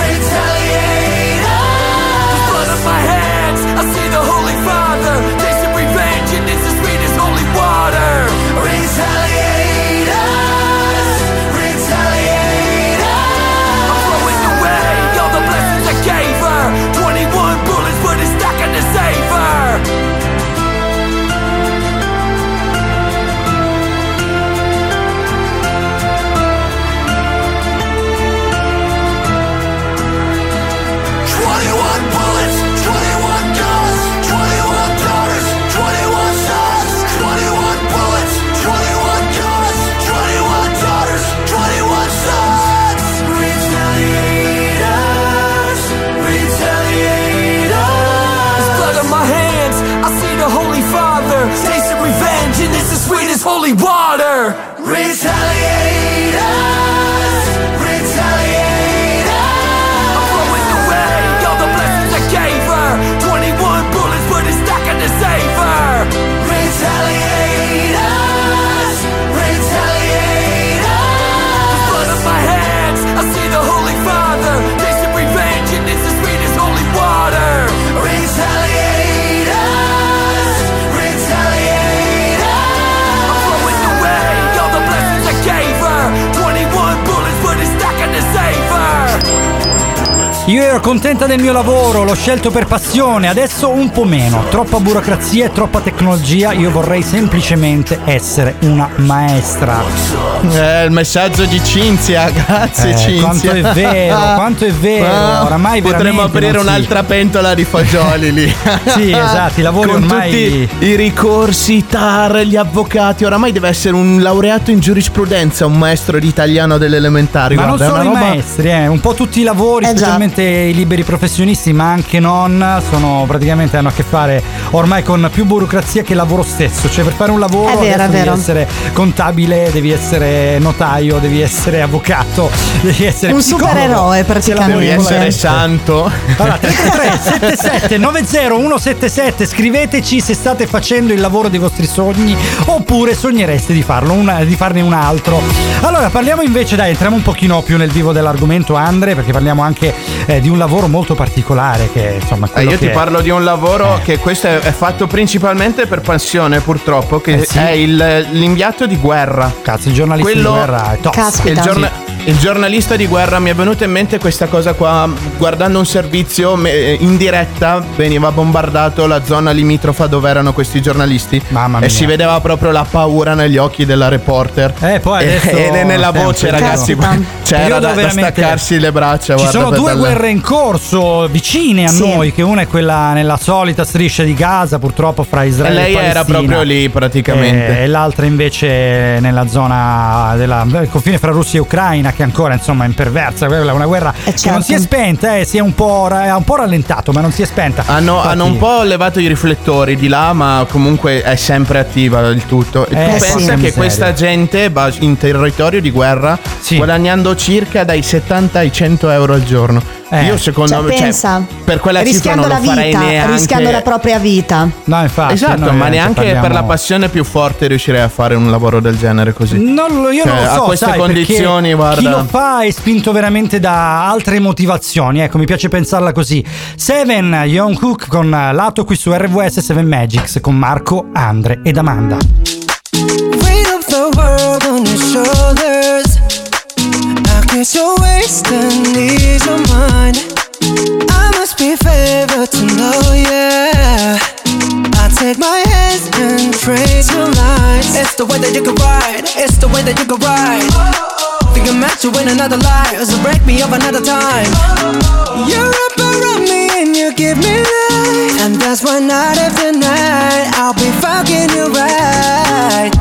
J: retaliators. The blood on my hands, I see the Holy Father, tasting revenge, and it's as sweet as holy water. Retaliators, retaliators. I'm throwing away all the blessings I gave her. Twenty-one bullets, but it's not gonna save her. Twenty-one bullets, twenty-one guns, twenty-one daughters, twenty-one sons. Twenty-one bullets, twenty-one guns, twenty-one daughters, twenty-one sons. Retaliators, retaliators. There's blood on my hands, I see the Holy Father, tasting revenge, and it's as sweet as holy water. Retaliators, retaliators. I'm throwing away all the blessings I gave her. Twenty-one bullets, but it's not gonna save her. Retaliators, retaliators. The blood on my hands, I see the Holy Father, tasting revenge, and it's as sweet as holy water. Retaliators, retaliators. I'm throwing away all the blessings I gave her. Twenty-one bullets, but it's not gonna save her.
D: Io ero contenta del mio lavoro, l'ho scelto per passione, adesso un po' meno. Troppa burocrazia e troppa tecnologia, io vorrei semplicemente essere una maestra.
B: Eh, il messaggio di Cinzia, grazie
D: Eh,
B: Cinzia.
D: quanto è vero, quanto è vero,
B: Ah,
D: oramai
B: potremmo
D: veramente
B: aprire
D: non si-
B: un'altra pentola di fagioli lì.
D: Sì, esatto, i lavori
B: con
D: ormai-
B: tutti i ricorsi, i T A R, gli avvocati. Oramai deve essere un laureato in giurisprudenza, un maestro di italiano delle elementari.
D: Ma
B: Guarda,
D: non
B: è
D: solo i
B: una roba-
D: maestri, eh, un po' tutti i lavori,
H: Eh, già.
D: specialmente i liberi professionisti, ma anche non, sono praticamente hanno a che fare ormai con più burocrazia che il lavoro stesso. Cioè, per fare un lavoro
H: È vero,
D: adesso
H: è vero.
D: devi essere contabile, devi essere notaio, devi essere avvocato, devi essere
H: Un
D: psicologo.
H: supereroe,
D: C'è la
H: praticamente.
B: Devi
D: formula.
B: essere santo.
D: Allora, tre tre tre sette sette nove zero uno sette sette, scriveteci se state facendo il lavoro dei vostri sogni oppure sognereste di farlo, una, di farne un altro. Allora, parliamo invece, dai, entriamo un pochino più nel vivo dell'argomento, Andre, perché parliamo anche eh, di un lavoro molto particolare che, insomma,
B: Eh,
D: quello
B: io ti
D: che-
B: parlo di un lavoro
D: Eh.
B: che questo è, è fatto principalmente per passione, purtroppo, che
D: Eh, sì.
B: è il- l'inviato di guerra.
D: Cazzo, il giornalista
B: Quello-
D: di guerra è tosto.
H: Caspita.
B: Il, giorna- il giornalista di guerra, mi è venuta in mente questa cosa qua, guardando un servizio me- in diretta, veniva bombardato la zona limitrofa dove erano questi giornalisti.
D: Mamma mia.
B: E si vedeva proprio la paura negli occhi della reporter.
D: Eh, poi
B: E-
D: adesso
B: ed è nella
D: sempre
B: voce,
D: più.
B: ragazzi.
H: Caspita.
B: C'era
D: Periodo
B: da, da
D: veramente-
B: staccarsi le braccia.
D: Ci
B: guarda,
D: sono
B: per
D: due
B: dalla-
D: guerre in corso vicine a
H: Sì.
D: noi, che una è quella nella solita striscia di Gaza, purtroppo fra
B: E
D: Israele e
B: lei
D: Palestina.
B: era proprio lì praticamente.
D: E, e l'altra invece nella zona della, del confine fra Russia e Ucraina, che ancora insomma è imperversa. Quella è una guerra
H: Eh,
D: che non
H: certo.
D: si è spenta, eh, si è un po', ra- è un po' rallentato, ma non si è spenta.
B: Hanno,
D: Infatti-
B: hanno un po' levato i riflettori di là, ma comunque è sempre attiva il tutto. E
D: Eh,
B: tu
D: sì.
B: pensa che
D: Miseria.
B: questa gente va in territorio di guerra
D: Sì.
B: guadagnando circa dai settanta ai cento euro al giorno.
D: Eh.
B: Io secondo
H: Cioè,
B: me cioè,
H: pensa,
B: per quella cifra
H: rischiando
B: non
H: la
B: lo farei
H: vita,
B: neanche.
H: rischiando la propria vita.
D: No, infatti.
B: Esatto,
D: noi
B: ma
D: veramente
B: neanche per
D: parliamo-
B: la passione più forte riuscirei a fare un lavoro del genere così.
D: Non lo, io
B: Cioè,
D: non lo
B: a
D: so,
B: queste
D: sai,
B: condizioni,
D: perché
B: guarda.
D: chi lo fa è spinto veramente da altre motivazioni, ecco, mi piace pensarla così. Seven, Jungkook con Lato qui su R V S sette Magics con Marco, Andre ed Amanda.
O: Weight of the world on your shoulders. I kiss your waist and ease your mind. I must be favored to know, yeah. I take my hands and trace your lines. It's the way that you can ride. It's the way that you can ride. Think I'm meant to win another life, so break me up another time. You're up around me and you give me life, and that's why night after night I'll be fucking you right.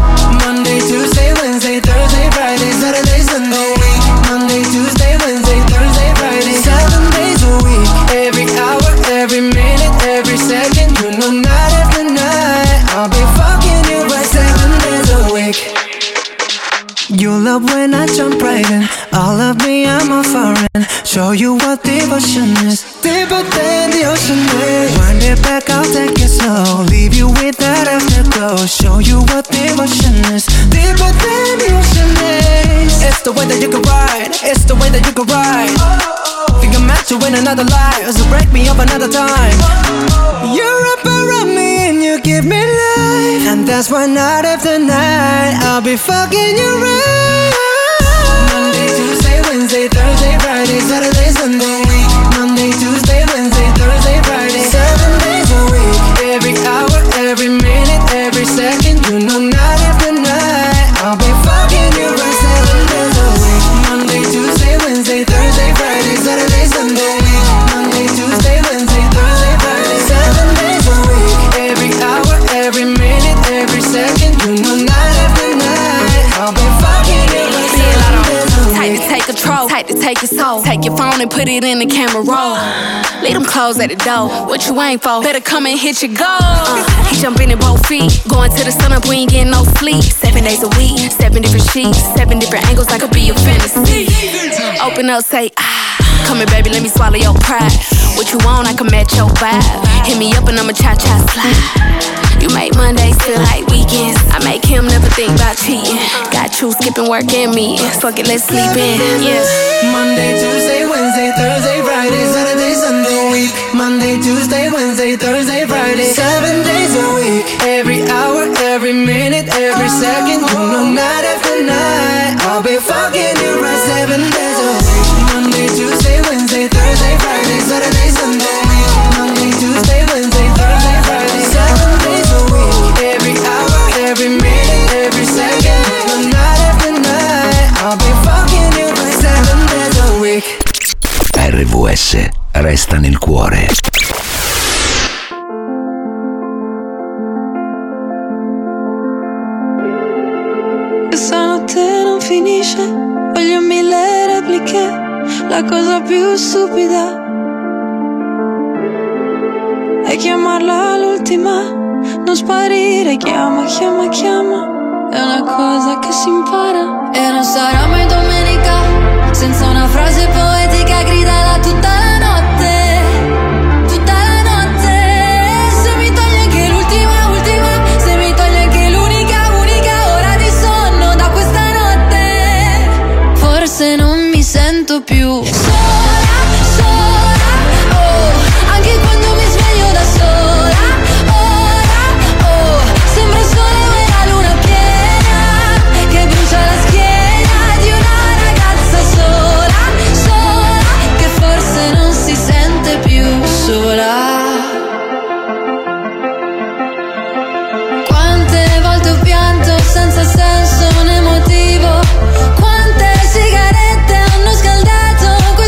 O: emotional. Wind it back, I'll take it slow. Leave you with that afterglow. Show you what devotion is. Deeper than the ocean is. It's the way that you can ride. It's the way that you can ride. Think I'm meant to win another life, so break me up another time. You're up around me and you give me life, and that's why night after night I'll be fucking you right. Monday, Tuesday, Wednesday, Thursday, Friday, Saturday, Sunday. Monday, Tuesday, Wednesday, Thursday, Friday. Seven days a week. Every hour, every minute, every second. You know night after night I'll be fucking you right. Seven days a week. Monday, Tuesday, Wednesday, Thursday, Friday, Saturday, Sunday. Monday, Tuesday, Wednesday, Thursday, Friday. Seven days a week. Every hour, every minute, every second. You know night after night I'll be fucking you right. Seven days a week.
P: Tight to take control, tight to take your soul. Take your phone and put it in the camera roll. Leave them clothes at the door. What you ain't for? Better come and hit your goal. Uh, he jumping in both feet. Going to the sun up, we ain't getting no sleep. Seven days a week, seven different sheets, seven different angles. I could be your fantasy. Open up, say ah. Come here, baby, let me swallow your pride. What you want, I can match your vibe. Hit me up and I'ma cha-cha slide. You make Mondays feel like weekends. I make him never think about cheating. Got you skipping work and me. Fuck it, let's sleep in. Yeah.
O: Monday, Tuesday, Wednesday, Thursday, Friday, Saturday, Sunday. Week. Monday, Tuesday, Wednesday, Thursday, Friday. Seven days a week. Every hour, every minute, every second. You know night after night I'll be fucking you right. Seven days a week. Monday, Tuesday, Wednesday, Thursday, Friday, Saturday, Sunday. Monday, Tuesday, Wednesday, Thursday, Friday. Seven days a week. Every hour, every minute, every second. You know night after night I'll be fucking you right. Seven days a week.
A: R V S resta nel cuore.
Q: Questa notte non finisce, voglio mille repliche, la cosa più stupida è chiamarla l'ultima, non sparire, chiama, chiama, chiama, è una cosa che si impara.
I: E non sarà mai domenica senza una frase poetica gridala tutta la notte, tutta la notte. Se mi togli anche l'ultima, ultima, se mi togli anche l'unica, unica ora di sonno da questa notte, forse non mi sento più sola, sola, oh, anche quando mi sveglio da sola, ora, oh, sembra il sole e la luna piena che brucia la schiena di una ragazza sola, sola, che forse non si sente più sola. Quante volte ho pianto senza senso né motivo, quante sigarette hanno scaldato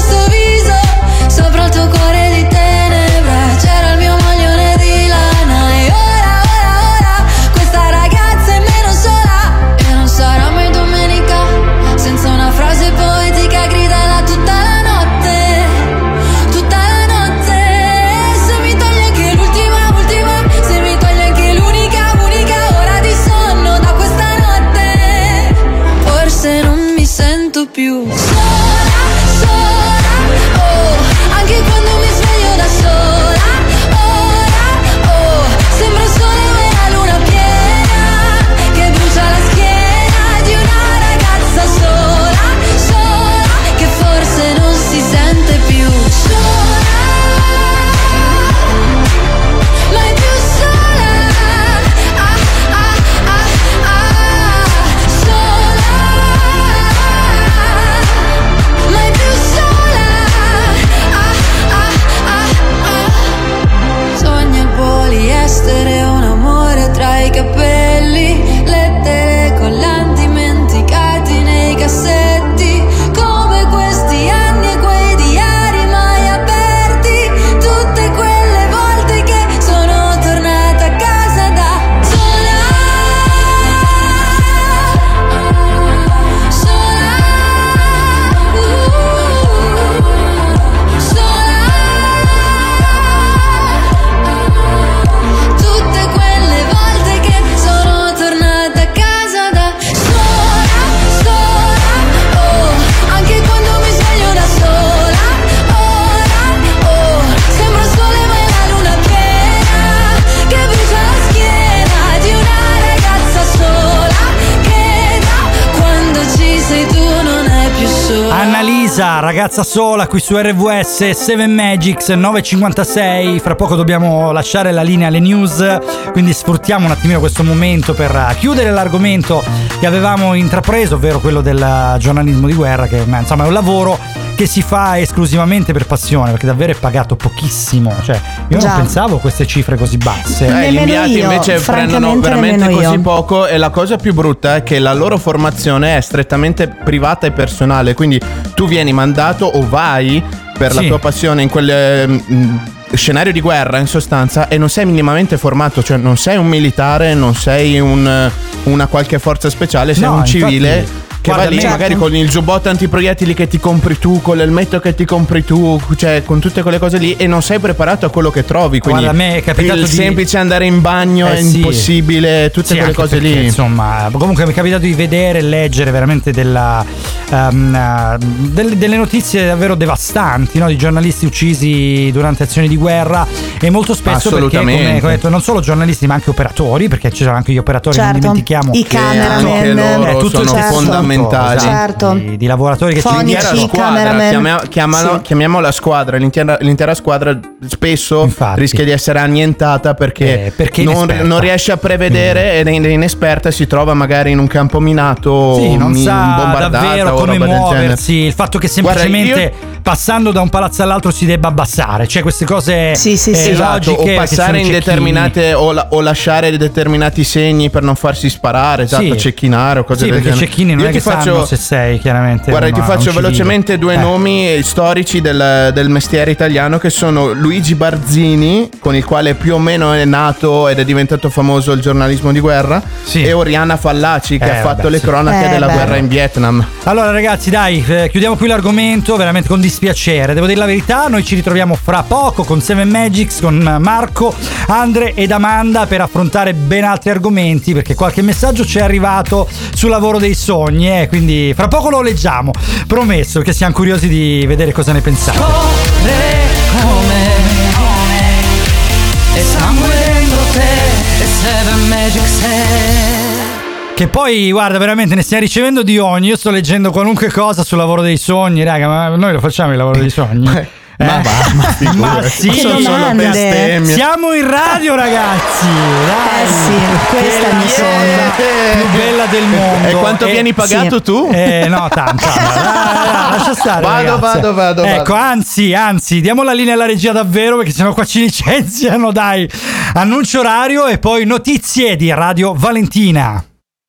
D: ragazza, ragazza sola qui su R V S, Seven Magics, nove e cinquantasei. Fra poco dobbiamo lasciare la linea alle news, quindi sfruttiamo un attimino questo momento per chiudere l'argomento che avevamo intrapreso, ovvero quello del giornalismo di guerra, che insomma è un lavoro che si fa esclusivamente per passione, perché davvero è pagato pochissimo. Cioè, io
H: Già.
D: non pensavo a queste cifre così basse.
B: Eh, gli inviati
H: io,
B: invece prendono
H: francamente
B: veramente
H: nemmeno
B: così
H: io.
B: poco, e la cosa più brutta è che la loro formazione è strettamente privata e personale, quindi tu vieni mandato o vai per la
D: Sì.
B: tua passione in quel mh, scenario di guerra, in sostanza, e non sei minimamente formato, cioè non sei un militare, non sei un, una qualche forza speciale, sei
D: No,
B: un
D: infatti,
B: civile che
D: guarda,
B: va lì
D: certo.
B: magari con il giubbotto antiproiettili che ti compri tu, con l'elmetto che ti compri tu, cioè con tutte quelle cose lì, e non sei preparato a quello che trovi. Quindi
D: Guarda, a me è capitato
B: il
D: di-
B: semplice andare in bagno
D: Eh,
B: è
D: sì.
B: impossibile, tutte
D: Sì,
B: quelle
D: anche
B: cose
D: perché,
B: lì.
D: Insomma, comunque mi è capitato di vedere e leggere veramente della, um, uh, delle, delle notizie davvero devastanti, no? Di giornalisti uccisi durante azioni di guerra, e molto spesso perché,
B: Assolutamente.
D: come come ho detto, non solo giornalisti ma anche operatori, perché ci sono anche gli operatori, non
H: Certo.
D: dimentichiamo
H: I
B: Che
H: cameraman.
B: anche loro
D: Eh, tutto il
B: sono
D: certo.
B: fondamentali.
H: Certo.
D: di, di lavoratori che ci
H: Fonici,
B: L'intera squadra,
H: cameraman.
B: chiamia- chiamano-
H: Sì.
B: chiamiamola squadra, l'intera, l'intera squadra spesso
D: Infatti.
B: rischia di essere annientata perché,
D: Eh, perché
B: non,
D: inesperta.
B: non riesce a prevedere ed è inesperta, si trova magari in un campo minato,
D: Sì, non
B: mi-
D: sa
B: bombardata
D: davvero
B: o
D: come
B: roba del genere.
D: muoversi, il fatto che
B: Guarda,
D: semplicemente
B: io-
D: passando da un palazzo all'altro si debba abbassare, cioè queste cose
H: Sì, sì,
D: eh,
H: sì.
B: Esatto,
D: logiche,
B: o
D: perché
B: passare
D: ci
B: in
D: sono
B: determinate o, la- o lasciare determinati segni per non farsi sparare, esatto,
D: Sì.
B: cecchinare o cose
D: Sì,
B: del
D: perché i
B: genere.
D: cecchini non
B: Io
D: è
B: ti
D: che sanno se sei chiaramente
B: Guarda,
D: un-
B: ti
D: un
B: faccio
D: civile.
B: velocemente due
D: Eh.
B: nomi storici del, del mestiere italiano, che sono Luigi Barzini, con il quale più o meno è nato ed è diventato famoso il giornalismo di guerra,
D: Sì.
B: e Oriana Fallaci, che
D: Eh,
B: ha fatto
D: vabbè,
B: le
D: sì.
B: cronache
H: Eh,
B: della
H: beh.
B: guerra in Vietnam.
D: Allora ragazzi, dai, eh, chiudiamo qui l'argomento, veramente con dispiacere. Devo dire la verità, noi ci ritroviamo fra poco con Seven Magics, con Marco, Andre ed Amanda, per affrontare ben altri argomenti, perché qualche messaggio ci è arrivato sul lavoro dei sogni, eh, quindi fra poco lo leggiamo, promesso, che siamo curiosi di vedere cosa ne pensate.
G: Corre come e sangue dentro te e Seven Magics è.
D: Che poi, guarda, veramente ne stiamo ricevendo di ogni. Io sto leggendo qualunque cosa sul lavoro dei sogni, raga, ma noi lo facciamo il lavoro dei sogni. Eh?
B: Ma va, ma figurati.
D: Ma sì,
H: Che
B: sono solo
H: domande.
B: bestemmie.
D: siamo in radio, ragazzi. Dai.
H: Eh sì, questo è il mio sogno.
D: Più bella del mondo.
B: E quanto
D: Eh,
B: vieni pagato
H: sì.
B: tu?
D: Eh, no, tanto. Dai, dai, dai, lascia stare.
B: Vado,
D: ragazzi.
B: vado, vado,
D: Ecco,
B: vado.
D: anzi, anzi, diamo la linea alla regia davvero, perché sennò qua ci licenziano. Dai, annuncio orario e poi notizie di Radio Valentina.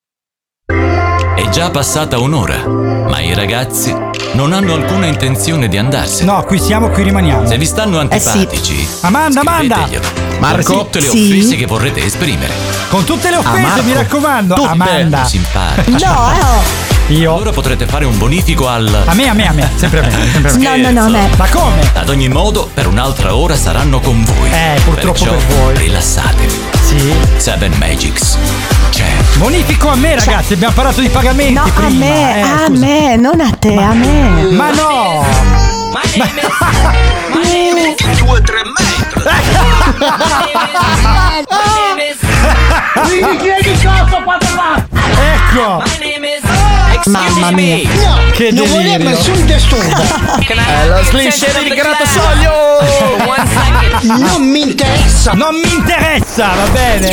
E: È già passata un'ora, ma i ragazzi non hanno alcuna intenzione di andarsene.
D: No, qui siamo, qui rimaniamo.
E: Se vi stanno
H: Eh sì.
E: antipatici,
D: Amanda, Amanda.
E: scriveteglielo.
B: Marco?
E: Con tutte le
H: Sì?
E: offese che vorrete esprimere.
D: Con tutte le
B: Ah,
D: offese,
B: Marco.
D: mi raccomando.
E: Tutte
D: Amanda.
E: simpatici.
H: No, eh,
D: Io.
E: Allora potrete fare un bonifico al...
D: A me, a me, a me. Sempre a me. Sempre a me.
H: no, no, no, a me.
D: Ma come?
E: Ad ogni modo, per un'altra ora saranno con voi.
D: Eh, purtroppo
E: Perciò
D: per voi.
E: rilassatevi.
D: Sì.
E: Seven Magics c'è.
D: Bonifico a me, ragazzi. Abbiamo parlato di pagamenti
H: no,
D: prima.
H: a me,
D: Eh,
H: a
D: scusa.
H: me, non a te, a me.
D: Ma no!
L: Due, tre metri.
M: Mi chiedi cosa quando va?
D: Ecco!
H: Mamma mia.
D: Che
M: Non
D: delirio.
M: volevo nessun disturbo.
B: È lo slim shady di Grattosoglio.
M: Non mi interessa.
D: Non mi interessa, va bene?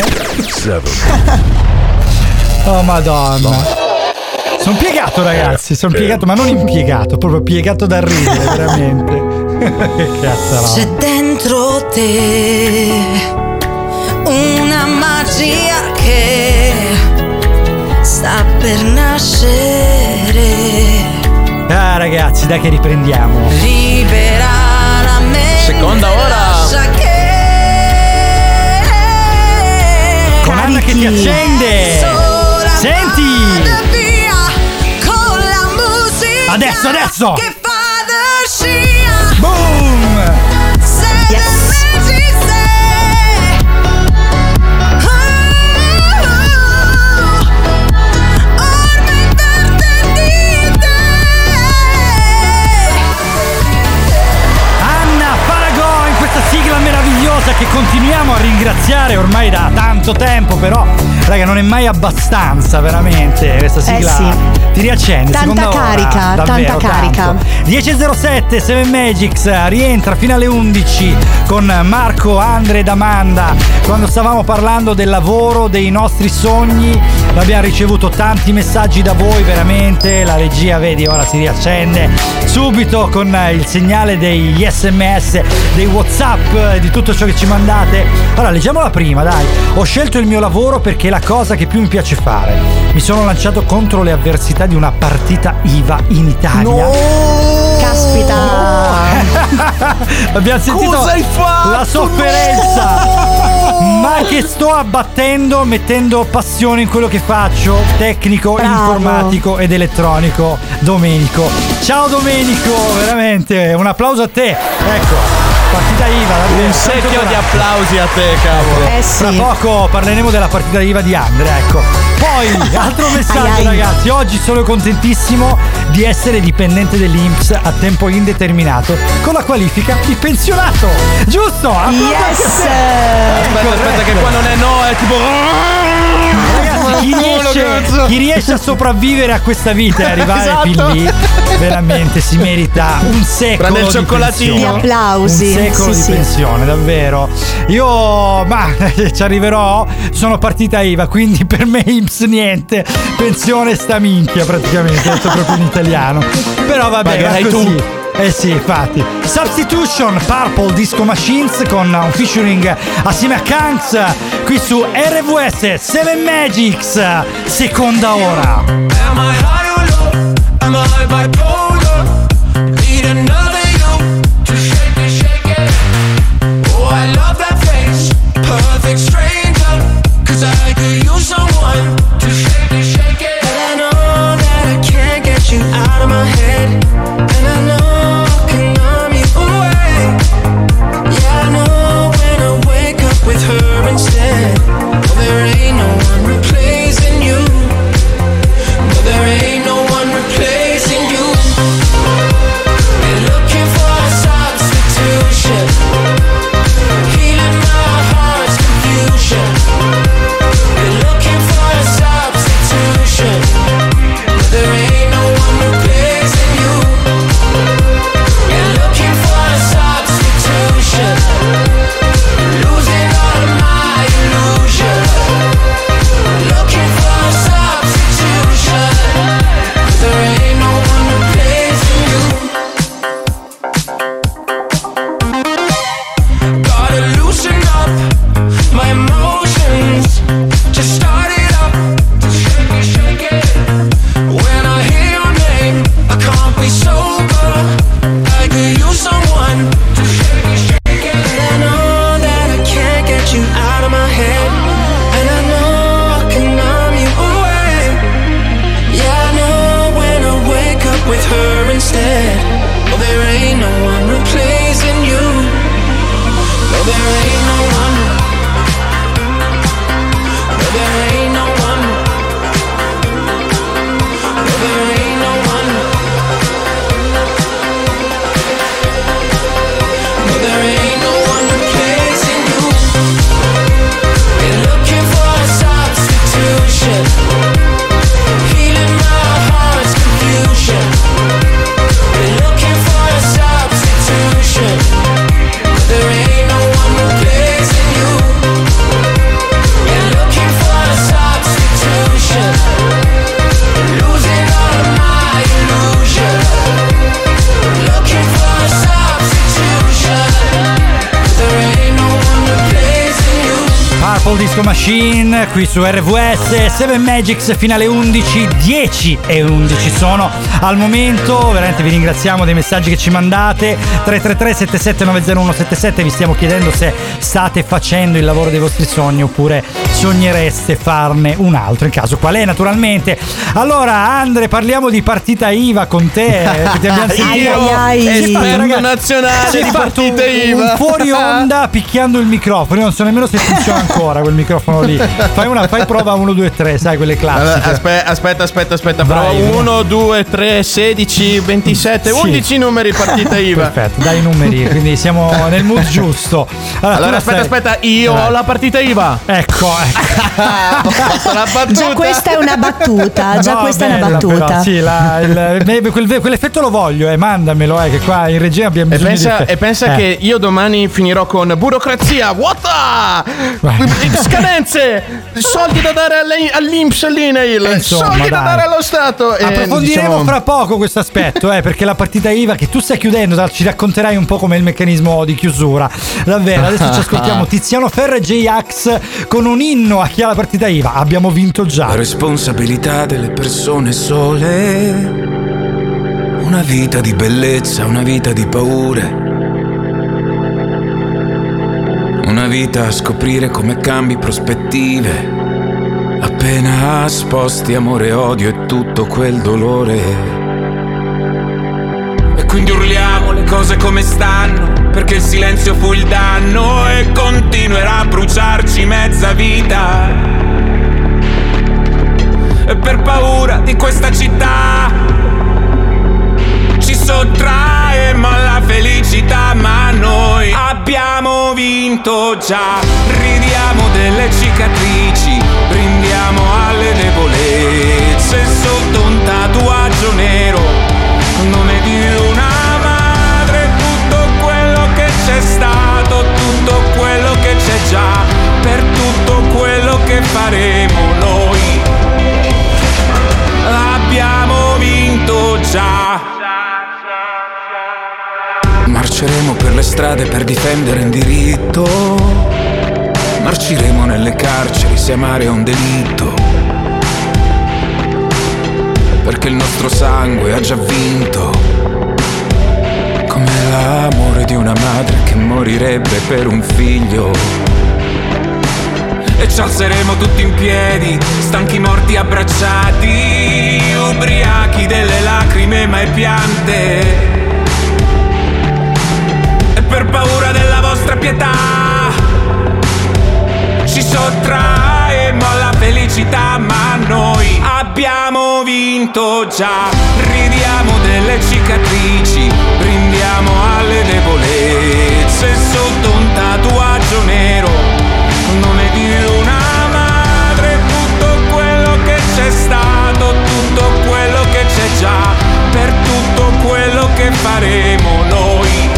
D: Oh madonna. Sono piegato, ragazzi, sono piegato, ma non impiegato, proprio piegato da ridere, veramente. Che cazzo.
G: C'è dentro te una magia che sta per nascere.
D: Ah, ragazzi, dai che riprendiamo.
G: Libera la mente.
B: Seconda ora.
G: Lascia che
D: Con Anna che ti accende.
G: sola
D: Senti.
G: vada via con la musica
D: Adesso, adesso.
G: che fa da scia.
D: Boom!
G: Seven Magics è. Oh, ormai parte di te.
D: Anna Faragò in questa sigla meravigliosa che continuiamo a ringraziare ormai da tanto tempo, però Raga, non è mai abbastanza, veramente. Questa sigla
H: Eh sì.
D: ti riaccende.
H: Tanta
D: seconda ora,
H: carica,
D: davvero,
H: tanta carica.
D: tanto. dieci e zero sette, seven Magics rientra fino alle undici con Marco, Andre ed Amanda. Quando stavamo parlando del lavoro, dei nostri sogni, abbiamo ricevuto tanti messaggi da voi, veramente. La regia, vedi, ora si riaccende subito con il segnale degli S M S, dei WhatsApp, di tutto ciò che ci mandate. Allora, leggiamola prima, dai. Ho scelto il mio lavoro perché è la cosa che più mi piace fare. Mi sono lanciato contro le avversità di una partita I V A in Italia.
H: No! Caspita!
D: Abbiamo sentito
B: Cosa hai fatto?
D: la sofferenza. No! Ma che sto abbattendo, mettendo passione in quello che faccio. Tecnico,
H: Bravo.
D: informatico ed elettronico. Domenico. Ciao Domenico, veramente. Un applauso a te. Ecco. Partita I V A, davvero.
B: Un secchio di applausi a te, cavolo.
H: Eh sì.
D: Tra poco parleremo della partita I V A di Andre, ecco. Poi, altro messaggio,
H: Ai ai.
D: ragazzi. Oggi sono contentissimo di essere dipendente dell'I N P S a tempo indeterminato con la qualifica di pensionato. Giusto? Applausi
H: Yes.
D: anche a te.
B: Aspetta, aspetta, che qua non è no, è tipo.
D: Ragazzi, chi riesce, chi riesce a sopravvivere a questa vita e arrivare
B: Esatto.
D: fin lì, veramente si merita un secolo
B: Prende il
D: di
B: cioccolatino.
D: pensione.
H: Di applausi.
D: Un secolo
H: Sì,
D: di
H: sì.
D: pensione, davvero. Io, ma ci arriverò. Sono partita I V A, quindi per me I N P S niente. Pensione sta minchia, praticamente, detto proprio in italiano. Però vabbè,
B: Pagherai
D: è così.
B: tu.
D: Eh sì, infatti. Substitution, Purple Disco Machines con un featuring assieme a Kanks qui su R V S seven Magics, seconda ora.
J: Am I high or low? Am I bipolar? Need another you to shake it, shake it. Oh, I love that face, perfect stranger. Cause I could use someone to shake it, shake it. And I know that I can't get you out of my head. And I know I can numb you away. Yeah, I know when I wake up with her instead. Oh, there ain't no one replacing you. No, there ain't no one replacing you. Been looking for a substitution, healing my heart's confusion. Been looking for a substitution. No, there ain't no one replacing you. Been looking for a substitution, losing all of my illusion. Looking for a substitution. There ain't no one replacing you. Gotta loosen up my emotions. Just start it up, shake it, shake it. When I hear your name, I can't be sober. I could use someone to shake it, shake it. And I know that I can't get you out of my head. And I know I can numb you away. Yeah, I know when I wake up with her instead. Oh, there ain't no one replacing you. No, there ain't no one. No, there ain't no one. No, there ain't no one. No, there ain't no one replacing you. Been looking for a substitution, healing my heart's confusion. Been looking for a substitution. There ain't no one replacing you. Been looking for a substitution, losing all of my illusion. Looking for a substitution. There ain't no one replacing you.
D: Purple Disco Machine qui su R V S seven Magics fino alle undici, dieci e undici sono al momento. Veramente vi ringraziamo dei messaggi che ci mandate. Tre tre tre sette sette nove zero uno sette sette. Vi stiamo chiedendo se state facendo il lavoro dei vostri sogni oppure sognereste farne un altro, in caso qual è, naturalmente. Allora Andre, parliamo di partita I V A con te, eh, che ti abbiamo sentito.
H: Ai, ai, ai.
B: Esperto nazionale
D: Si è
B: di
D: fatto
B: partite
D: un,
B: I V A.
D: un fuori onda picchiando il microfono. Io non so nemmeno se funziona ancora. allora quel microfono lì. Fai una fai prova uno due tre, sai quelle classiche.
B: Allora, aspetta, aspetta, aspetta, aspetta. Prova uno due tre sedici ventisette sì. undici numeri partita I V A.
D: Perfetto, dai i numeri, quindi siamo nel mood giusto.
B: Allora, allora aspetta, stai... aspetta, io Vai. ho la partita I V A.
D: Ecco, ecco.
B: la battuta.
H: Già questa è una battuta, già no, questa bella, è una battuta.
D: Però, sì, la, il, quel, quell'effetto lo voglio, eh, mandamelo, eh, che qua in regia abbiamo bisogno
B: e pensa,
D: di
B: E pensa
D: eh.
B: che io domani finirò con burocrazia, what the? Scadenze, soldi da dare all'I N P S, all'I N A I L, soldi dai. da dare allo Stato.
D: Approfondiremo diciamo... fra poco questo aspetto, eh, perché la partita I V A che tu stai chiudendo, ci racconterai un po' come il meccanismo di chiusura. Davvero, adesso ci ascoltiamo Tiziano Ferro e J-Ax con un inno a chi ha la partita I V A. Abbiamo vinto già.
M: La responsabilità delle persone sole, una vita di bellezza, una vita di paure, una vita a scoprire come cambi prospettive. Appena sposti amore, odio e tutto quel dolore. E quindi urliamo le cose come stanno, perché il silenzio fu il danno e continuerà a bruciarci mezza vita. E per paura di questa città ci sottraemo alla felicità, ma noi abbiamo vinto già. Ridiamo delle cicatrici, brindiamo alle debolezze sotto un tatuaggio nero, nome di una madre. Tutto quello che c'è stato, tutto quello che c'è già, per tutto quello che faremo noi abbiamo vinto già. Marceremo per le strade per difendere il diritto, marciremo nelle carceri se amare è un delitto, perché il nostro sangue ha già vinto, come l'amore di una madre che morirebbe per un figlio. E ci alzeremo tutti in piedi, stanchi morti abbracciati, ubriachi delle lacrime mai piante. E per paura della vostra pietà ci sottraemo alla felicità, ma noi abbiamo vinto già. Ridiamo delle cicatrici, brindiamo alle debolezze sotto un tatuaggio nero, nome di una madre. Tutto quello che c'è stato, tutto quello che c'è già, per tutto quello che faremo noi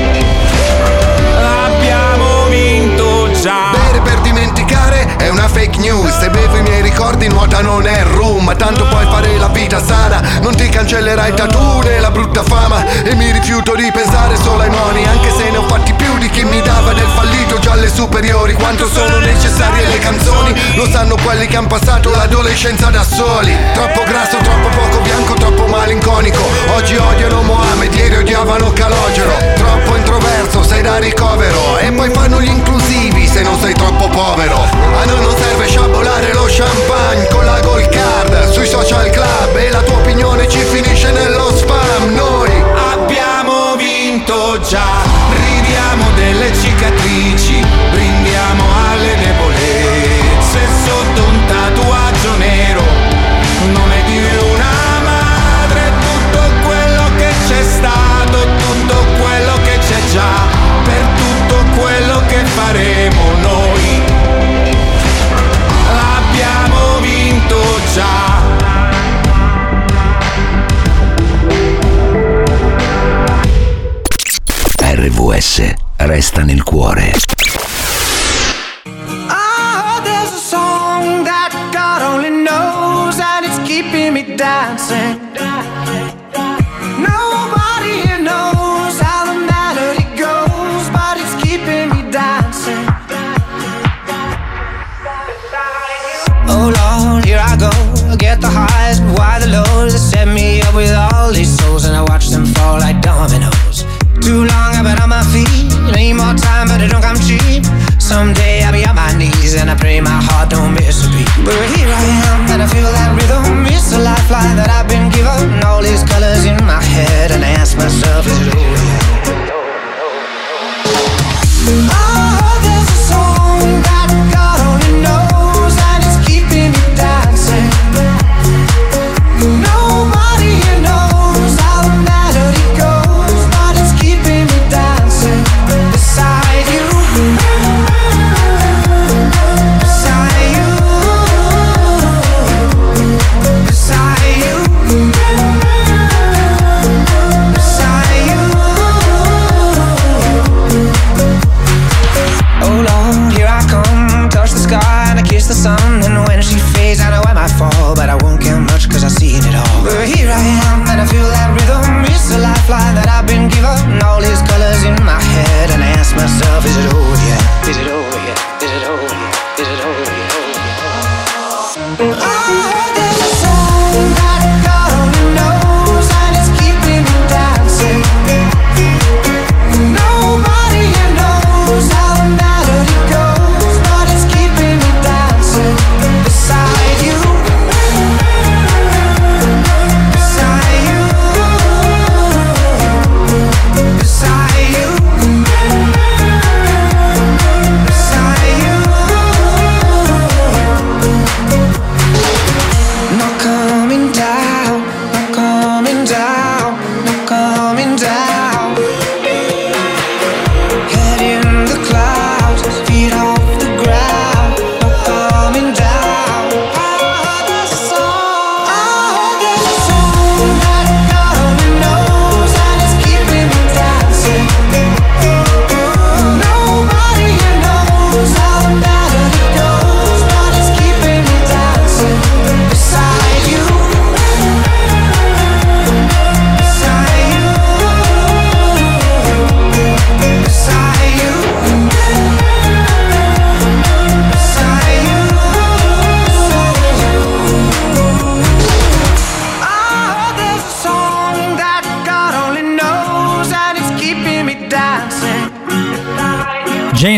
M: abbiamo vinto già.
K: Bere per dimenticare è una fake news, se bevo i miei ricordi nuota non è rum, ma tanto puoi fare la vita sana, non ti cancellerai il tattoo né la brutta fama. E mi rifiuto di pensare solo ai nonni, anche se ne ho fatti più di chi mi dava del fallito già alle superiori. Quanto sono necessarie le canzoni, lo sanno quelli che han passato l'adolescenza da soli. Troppo grasso, troppo poco bianco, troppo malinconico. Oggi odiano Mohamed, ieri odiavano Calogero. Troppo introverso, sei da ricovero, e poi fanno gli inclusivi se non sei troppo povero. A noi non serve sciabolare lo champagne con la gold card sui social club, e la tua opinione ci finisce nello spam. Noi
M: abbiamo vinto già. Ridiamo delle cicatrici, brindiamo alle debolezze sotto un tatuaggio nero, nome di una madre. Tutto quello che c'è stato, tutto quello che c'è già, per tutto quello che faremo noi abbiamo vinto già.
A: R V S resta nel cuore.
O: Oh, there's a song that God only knows, and it's keeping me dancing. Nobody here knows how the melody goes, but it's keeping me dancing. Oh Lord, here I go, I get the highs, but why the lows? They set me up with all these souls, and I watch them fall like dominoes. Too long I've been on my feet, need more time but it don't come cheap. Someday I'll be on my knees and I pray my heart don't miss a beat. But here I am and I feel that rhythm, it's a lifeline that I've been given. All these colors in my head and I ask myself, is it over yet? Oh, there's a song that God only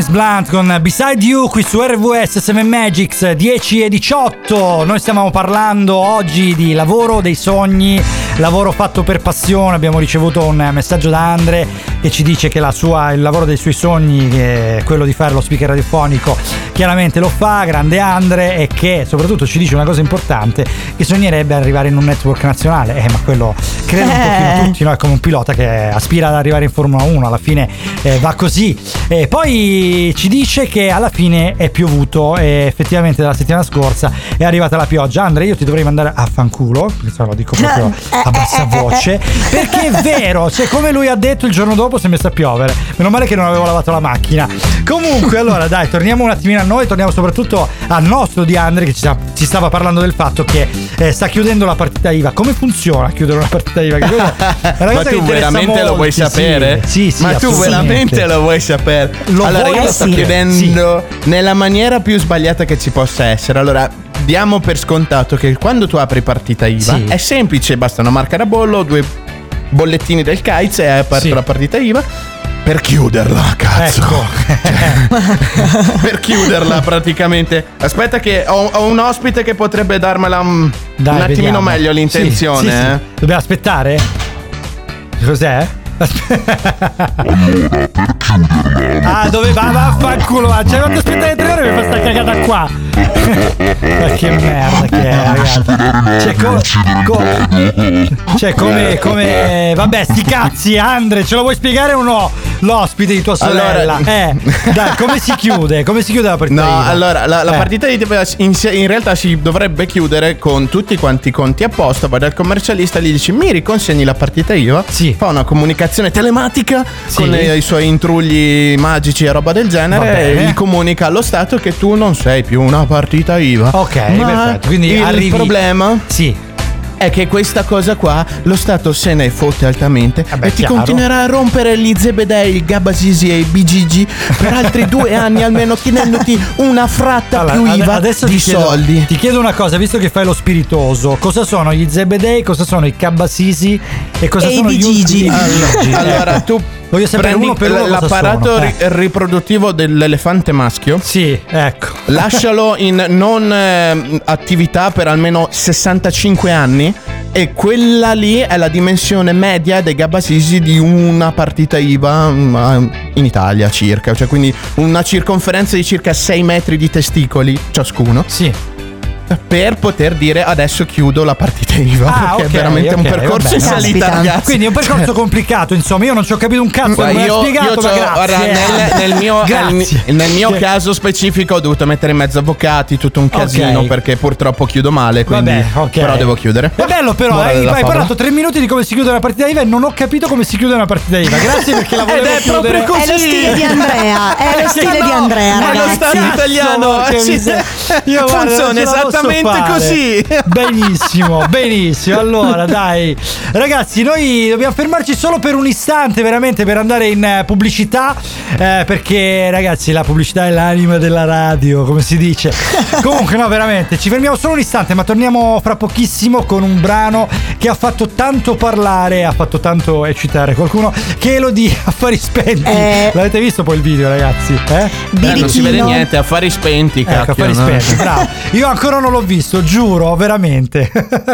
D: Blunt con Beside You qui su R V S sette Magics dieci e diciotto. Noi stiamo parlando oggi di lavoro dei sogni, lavoro fatto per passione. Abbiamo ricevuto un messaggio da Andre che ci dice che la sua, il lavoro dei suoi sogni, che è quello di fare lo speaker radiofonico, chiaramente lo fa, grande Andre, e che soprattutto ci dice una cosa importante, che sognerebbe arrivare in un network nazionale. Eh, ma quello credo un pochino tutti, no? È come un pilota che aspira ad arrivare in Formula uno, alla fine eh, va così. E poi ci dice che alla fine è piovuto e effettivamente dalla settimana scorsa è arrivata la pioggia. Andre, io ti dovrei mandare a fanculo, lo dico proprio a bassa voce, perché è vero, cioè come lui ha detto, il giorno dopo si è messo a piovere. Meno male che non avevo lavato la macchina. Comunque, allora dai, torniamo un attimino a noi, torniamo soprattutto al nostro di Andre, che ci, sta, ci stava parlando del fatto che eh, sta chiudendo la partita I V A. Come funziona chiudere una partita I V A? Che cosa, è una
B: Ma
D: cosa
B: tu
D: che
B: veramente
D: molti,
B: lo vuoi sapere?
D: Sì, sì,
B: Ma tu veramente lo vuoi sapere?
D: Lo
B: allora
D: voglio
B: io lo sto
D: sì.
B: chiudendo sì. nella maniera più sbagliata che ci possa essere. Allora, diamo per scontato che quando tu apri partita I V A sì. è semplice, basta una marca da bollo, due bollettini del C A I Z e hai aperto sì. la partita I V A. Per chiuderla, cazzo.
D: Ecco.
B: Per chiuderla praticamente. Aspetta che ho, ho un ospite che potrebbe darmela un,
D: Dai,
B: un attimino
D: vediamo.
B: meglio l'intenzione.
D: Sì, sì, sì.
B: Eh.
D: Dobbiamo aspettare? Cos'è? Ah, dove va? Vaffanculo, va. Cioè, quando aspettare tre ore mi fa sta cagata qua. Ma che merda che è, ragazzi. Cioè, co- co- cioè come, come. Vabbè, sti cazzi, Andre, ce lo vuoi spiegare o no? L'ospite di tua sorella.
B: Allora,
D: eh, dai, come si chiude? Come si chiude la partita?
B: No,
D: I V A?
B: allora, la, la
D: eh.
B: partita I V A in, in realtà si dovrebbe chiudere con tutti quanti i conti a posto. Poi dal commercialista gli dici: mi riconsegni la partita I V A?
D: Sì.
B: Fa una comunicazione telematica
D: sì.
B: con i, i suoi intrugli magici e roba del genere e gli comunica allo Stato che tu non sei più una partita I V A.
D: Ok,
B: Ma
D: perfetto. Quindi
B: il
D: arrivi...
B: problema
D: Sì.
B: è che questa cosa qua lo Stato se ne fotte altamente
D: Vabbè,
B: e ti
D: chiaro.
B: continuerà a rompere gli zebedei, il Gabasisi e i B G G per altri due anni almeno, chiedendoti una fratta
D: Allora,
B: più I V A
D: adesso
B: di
D: ti chiedo,
B: soldi.
D: Ti chiedo una cosa, visto che fai lo spiritoso, cosa sono gli zebedei, cosa sono i Cabasisi e cosa
H: E
D: sono
H: i
D: gli
H: B G G?
D: ultimi?
B: Allora tu
D: voglio sapere
B: prendi
D: uno per uno cosa
B: l'apparato
D: sono.
B: ri- riproduttivo dell'elefante maschio.
D: Sì, ecco.
B: Lascialo in non eh, attività per almeno sessantacinque anni e quella lì è la dimensione media dei Gabasisi di una partita I V A mm, in Italia circa, cioè quindi una circonferenza di circa sei metri di testicoli ciascuno.
D: Sì.
B: Per poter dire adesso chiudo la partita I V A,
D: Ah,
B: perché
D: ok,
B: è veramente
D: ok,
B: un percorso
D: vabbè.
B: in salita,
H: Caspita.
B: ragazzi.
D: Quindi è un percorso
B: Cioè,
D: complicato, insomma, io non ci ho capito un cazzo,
B: Guarda,
D: non me l'ha
B: io,
D: spiegato,
B: io
D: ma
B: c'ho-
D: grazie.
B: guarda, nel, nel mio,
D: Grazie.
B: nel, nel mio caso specifico ho dovuto mettere in mezzo avvocati, tutto un casino,
D: Ok.
B: perché purtroppo chiudo male, quindi
D: Vabbè, ok.
B: però devo chiudere.
D: È bello però,
B: Morale
D: hai,
B: della
D: hai
B: favola.
D: parlato tre minuti di come si chiude una partita I V A e non ho capito come si chiude una partita I V A. Grazie perché la volevo
B: Ed è
D: chiudere.
B: proprio così.
H: È lo stile di Andrea, è lo
D: Eh,
H: stile
D: no,
H: di Andrea,
B: ma lo
H: ragazzi.
B: stato italiano
D: Che
B: sì,
D: miseria. Io, guarda,
B: funziona
D: non ce la posso
B: esattamente
D: fare.
B: così.
D: Benissimo, benissimo. Allora, dai, ragazzi, noi dobbiamo fermarci solo per un istante, veramente, per andare in eh, pubblicità. Eh, perché, ragazzi, la pubblicità è l'anima della radio, come si dice. Comunque, no, veramente, ci fermiamo solo un istante, ma torniamo fra pochissimo con un brano che ha fatto tanto parlare, ha fatto tanto eccitare qualcuno, che Elodie, Affari Spenti.
H: Eh.
D: L'avete visto poi il video, ragazzi? Eh?
B: Eh, non si vede niente, affari spenti,
D: Ecco,
B: cacchio,
D: Affari
B: no?
D: Spenti, bravo. Io ancora non l'ho visto, giuro, veramente.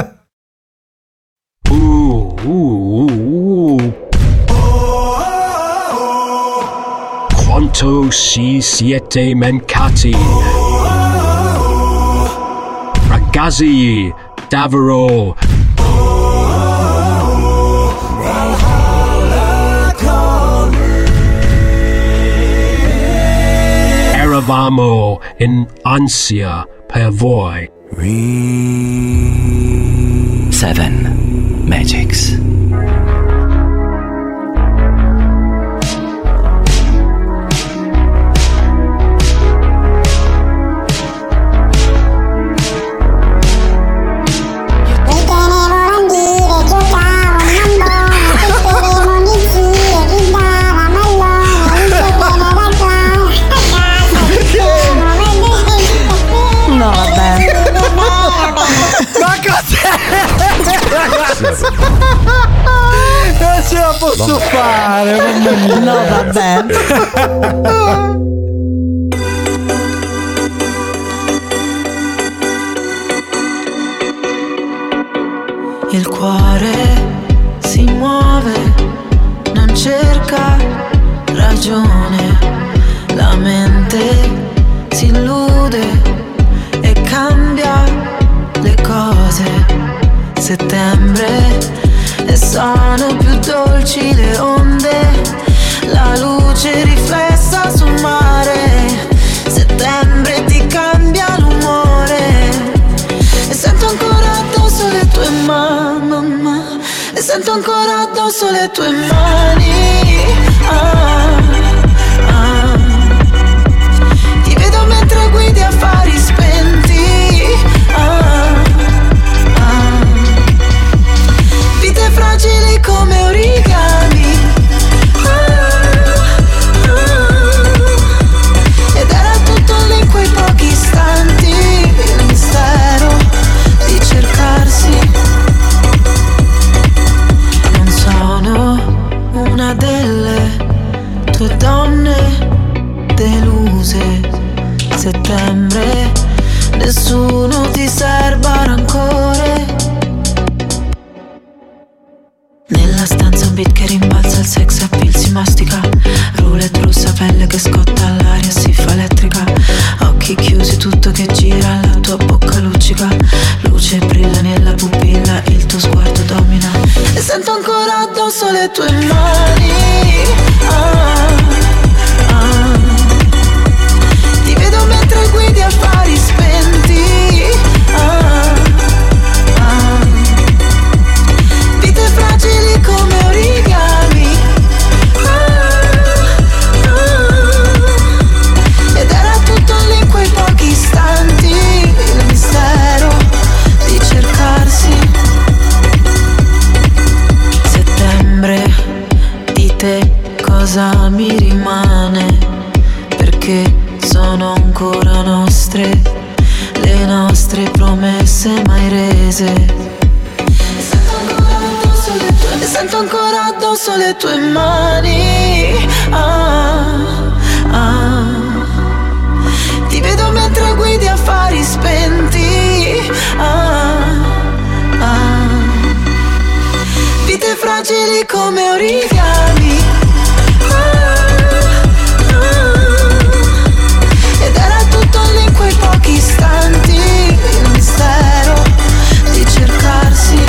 R: Uh, uh, uh, uh. Quanto si siete mancati, ragazzi, davvero. Eravamo in ansia per voi.
E: Seven Magics.
H: No, vabbè.
D: Ma cos'è? Non ce la posso fare, mamma mia.
H: No, vabbè.
O: il cuore si muove, non cerca ragione, la mente si illude e cambia le cose. Settembre e sono più dolci le onde, la luce riflessa sul mare. Settembre ti cambia l'umore e sento ancora addosso le tue mani, e sento ancora addosso le tue mani. Ah, ah. Ti vedo mentre guidi affari spenti. Ah, ah. Vite fragili come origami. Ah, ah. Ed era tutto lì in quei pochi istanti, il mistero di cercarsi. Non sono una delle tue donne deluse. Settembre, nessuno ti serba rancore. Nella stanza un beat che rimbalza, il sex appeal si mastica. Roulette russa, pelle che scotta, l'aria si fa elettrica. Occhi chiusi, tutto che gira, la tua bocca luccica. Luce brilla nella pupilla, il tuo sguardo domina. E sento ancora addosso le tue mani. Ah, ah. Ti vedo mentre guidi affari spenti. Ah, ah. Vite fragili come origami. Ah, ah. Ed era tutto lì in quei pochi istanti, il mistero di cercarsi. Settembre, di te cosa mi rimane? Perché sono ancora nostre, le nostre promesse mai rese. E sento ancora addosso le tue mani. Ah, ah. Ti vedo mentre guidi affari spenti. Ah, ah. Vite fragili come origami. Ah, ah. Ed era tutto lì in quei pochi istanti, il mistero di cercarsi.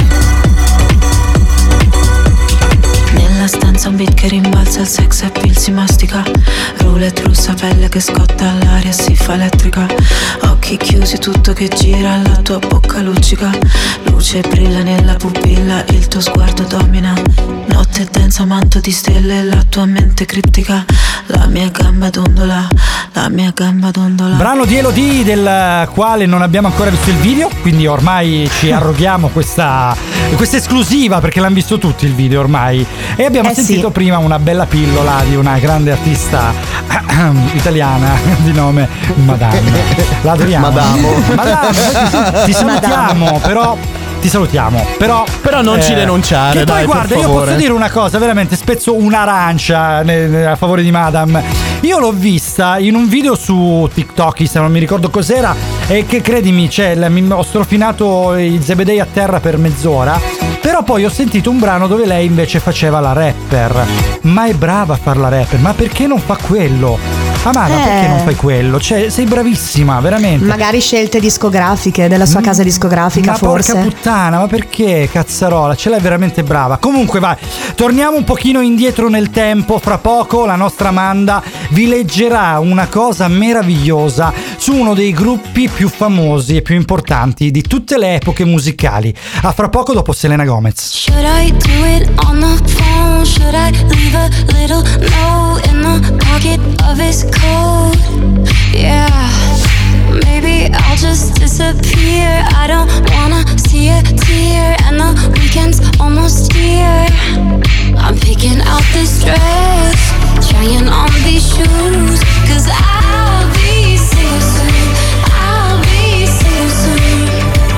O: Nella stanza un beat che rimbalza, il sex appeal si mastica. Roulette russa, pelle che scotta, l'aria si fa elettrica. Occhi chiusi, tutto che gira, la tua bocca luccica. Luce brilla nella pupilla, il tuo sguardo domina. Notte densa, manto di stelle, la tua mente criptica. La mia gamba dondola, la mia gamba dondola.
D: Brano di Elodie del quale non abbiamo ancora visto il video, quindi ormai ci arroghiamo questa, questa esclusiva, perché l'hanno visto tutti il video ormai. E abbiamo
H: Eh
D: sentito
H: sì.
D: prima una bella pillola di una grande artista italiana di nome Madame. La adoriamo.
B: Madamo.
D: Madame, ti salutiamo, però ti salutiamo, però
B: Però non ci denunciare,
D: che poi
B: dai, per
D: guarda, io
B: favore.
D: posso dire una cosa, veramente spezzo un'arancia ne- ne- a favore di Madame. Io l'ho vista in un video su TikTok, se non mi ricordo cos'era, e che credimi, cioè, la- mi- ho strofinato i Zebedei a terra per mezz'ora. Però poi ho sentito un brano dove lei invece faceva la rapper. Ma è brava a far la rapper, ma perché non fa quello? Amanda,
H: Eh.
D: perché non fai quello? Cioè, sei bravissima, veramente.
H: Magari scelte discografiche della sua casa discografica,
D: Ma
H: forse.
D: porca puttana, ma perché, cazzarola? Ce l'hai veramente brava. Comunque vai, torniamo un pochino indietro nel tempo. Fra poco la nostra Amanda vi leggerà una cosa meravigliosa su uno dei gruppi più famosi e più importanti di tutte le epoche musicali. A fra poco dopo Selena Gomez.
I: Should I do it on the phone? Should I leave a little note in the pocket of his coat? Yeah, maybe I'll just disappear. I don't wanna see a tear, and the weekend's almost here. I'm picking out this dress, trying on these shoes, 'cause I'll be single soon. I'll be single soon.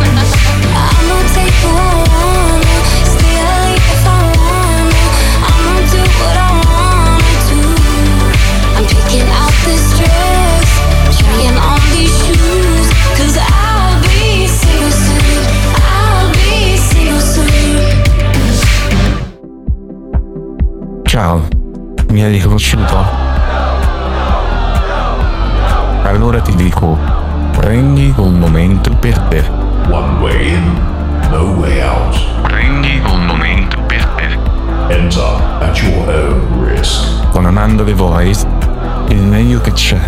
I: I'ma take who I wanna, stay late if I wanna. I'ma do what I wanna do. I'm picking out this dress,
S: mi hai riconosciuto? Allora ti dico, prendi un momento per te.
C: One way in, no way out.
S: Prendi un momento per te.
C: Enter at your own risk.
S: Con Amando The Voice, il meglio che c'è.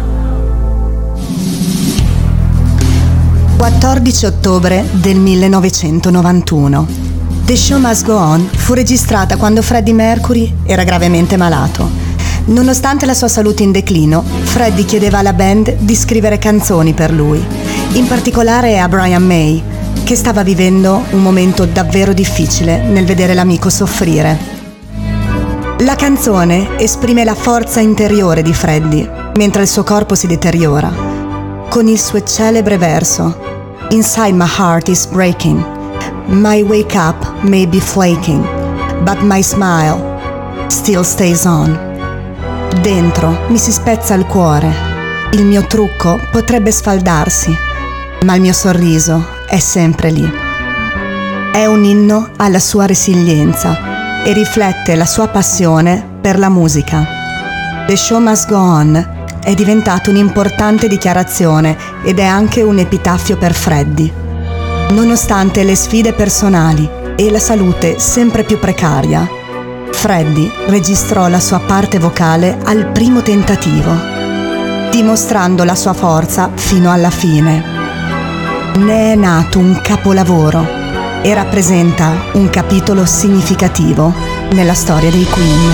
H: quattordici ottobre del millenovecentonovantuno. The Show Must Go On fu registrata quando Freddie Mercury era gravemente malato. Nonostante la sua salute in declino, Freddie chiedeva alla band di scrivere canzoni per lui, in particolare a Brian May, che stava vivendo un momento davvero difficile nel vedere l'amico soffrire. La canzone esprime la forza interiore di Freddie, mentre il suo corpo si deteriora, con il suo celebre verso Inside my heart is breaking, my wake up may be flaking, but my smile still stays on. Dentro mi si spezza il cuore, il mio trucco potrebbe sfaldarsi, ma il mio sorriso è sempre lì. È un inno alla sua resilienza e riflette la sua passione per la musica. The Show Must Go On è diventato un'importante dichiarazione ed è anche un epitaffio per Freddie. Nonostante le sfide personali e la salute sempre più precaria, Freddie registrò la sua parte vocale al primo tentativo, dimostrando la sua forza fino alla fine. Ne è nato un capolavoro e rappresenta un capitolo significativo nella storia dei Queen.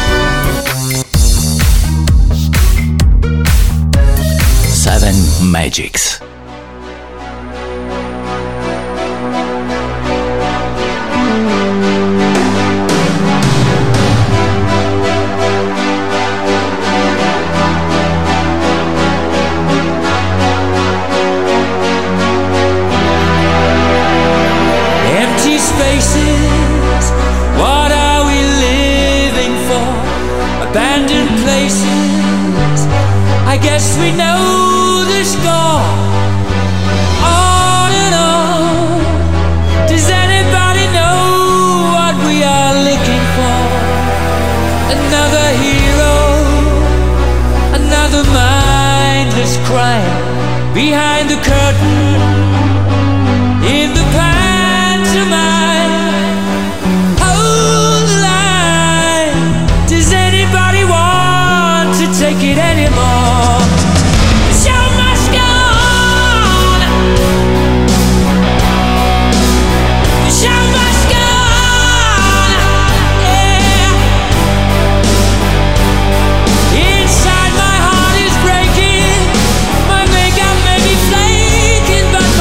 E: Seven Magics.
J: Empty spaces, what are we living for? Abandoned places, I guess we know the score. On and on, does anybody know what we are looking for? Another hero, another mindless crime behind the curtain, in the pantomime. Hold the line, does anybody want to take it anymore? The show must go on. The show must go on. Yeah. Inside my heart is breaking, my makeup may be flaking, but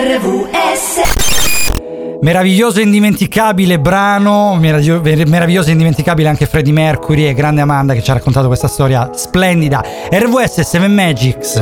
G: R V S.
D: Meraviglioso e indimenticabile brano, meravigio- meraviglioso e indimenticabile anche Freddie Mercury e grande Amanda che ci ha raccontato questa storia splendida. R V S Seven Magics.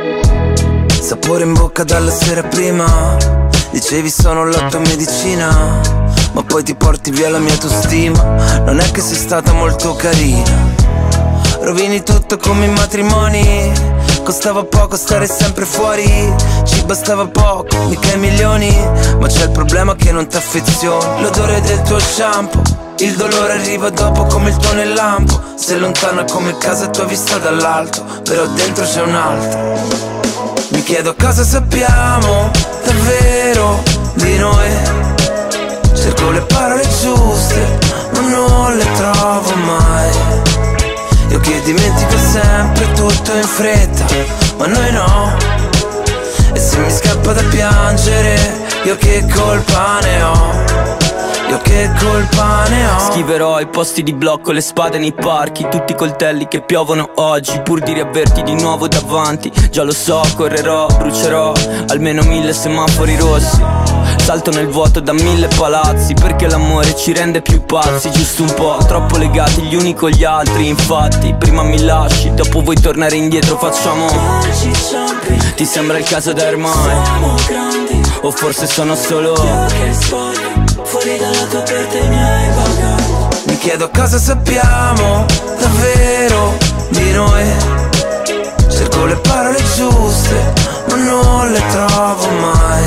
T: Sapore in bocca dalla sera prima, dicevi sono la tua medicina, ma poi ti porti via la mia autostima. Non è che sei stata molto carina, rovini tutto come i matrimoni. Costava poco stare sempre fuori, ci bastava poco, mica i milioni. Ma c'è il problema che non ti affezioni. L'odore del tuo shampoo, il dolore arriva dopo come il tuo nel lampo. Sei lontana come casa tua vista dall'alto, però dentro c'è un altro. Mi chiedo cosa sappiamo davvero di noi. Cerco le parole giuste, ma non le trovo mai. Io che dimentico sempre tutto in fretta, ma noi no. E se mi scappa da piangere, io che colpa ne ho? Io che colpa ne ho?
U: Schiverò i posti di blocco, le spade nei parchi, tutti i coltelli che piovono oggi, pur di riaverti di nuovo davanti. Già lo so, correrò, brucerò almeno mille semafori rossi. Salto nel vuoto da mille palazzi, perché l'amore ci rende più pazzi. Giusto un po', troppo legati gli uni con gli altri. Infatti, prima mi lasci, dopo vuoi tornare indietro, facciamo. Ti sembra il caso da ormai? O forse sono solo fuori dalla tua porta i miei bagagli.
T: Mi chiedo cosa sappiamo davvero di noi. Cerco le parole giuste, ma non le trovo mai.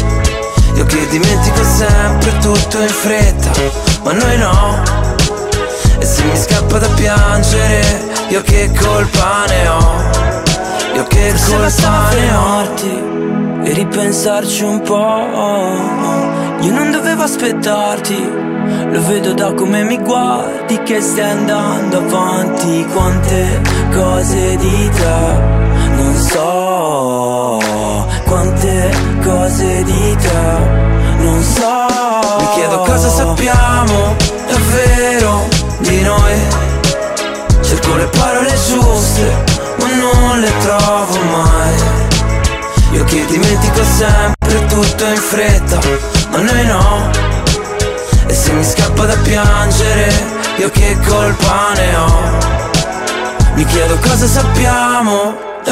T: Io che dimentico sempre tutto in fretta, ma noi no. E se mi scappa da piangere, io che colpa ne ho? Io che
U: Forse
T: colpa ne ho?
U: fermarti e ripensarci un po'. Io non dovevo aspettarti, lo vedo da come mi guardi che stai andando avanti. Quante cose di te non so, quante cose di te non so.
T: Mi chiedo cosa sappiamo davvero di noi. Cerco le parole giuste, ma non le trovo mai. Io che dimentico sempre tutto in fretta, ma noi no. E se mi scappa da piangere, io che colpa ne ho? Mi chiedo cosa sappiamo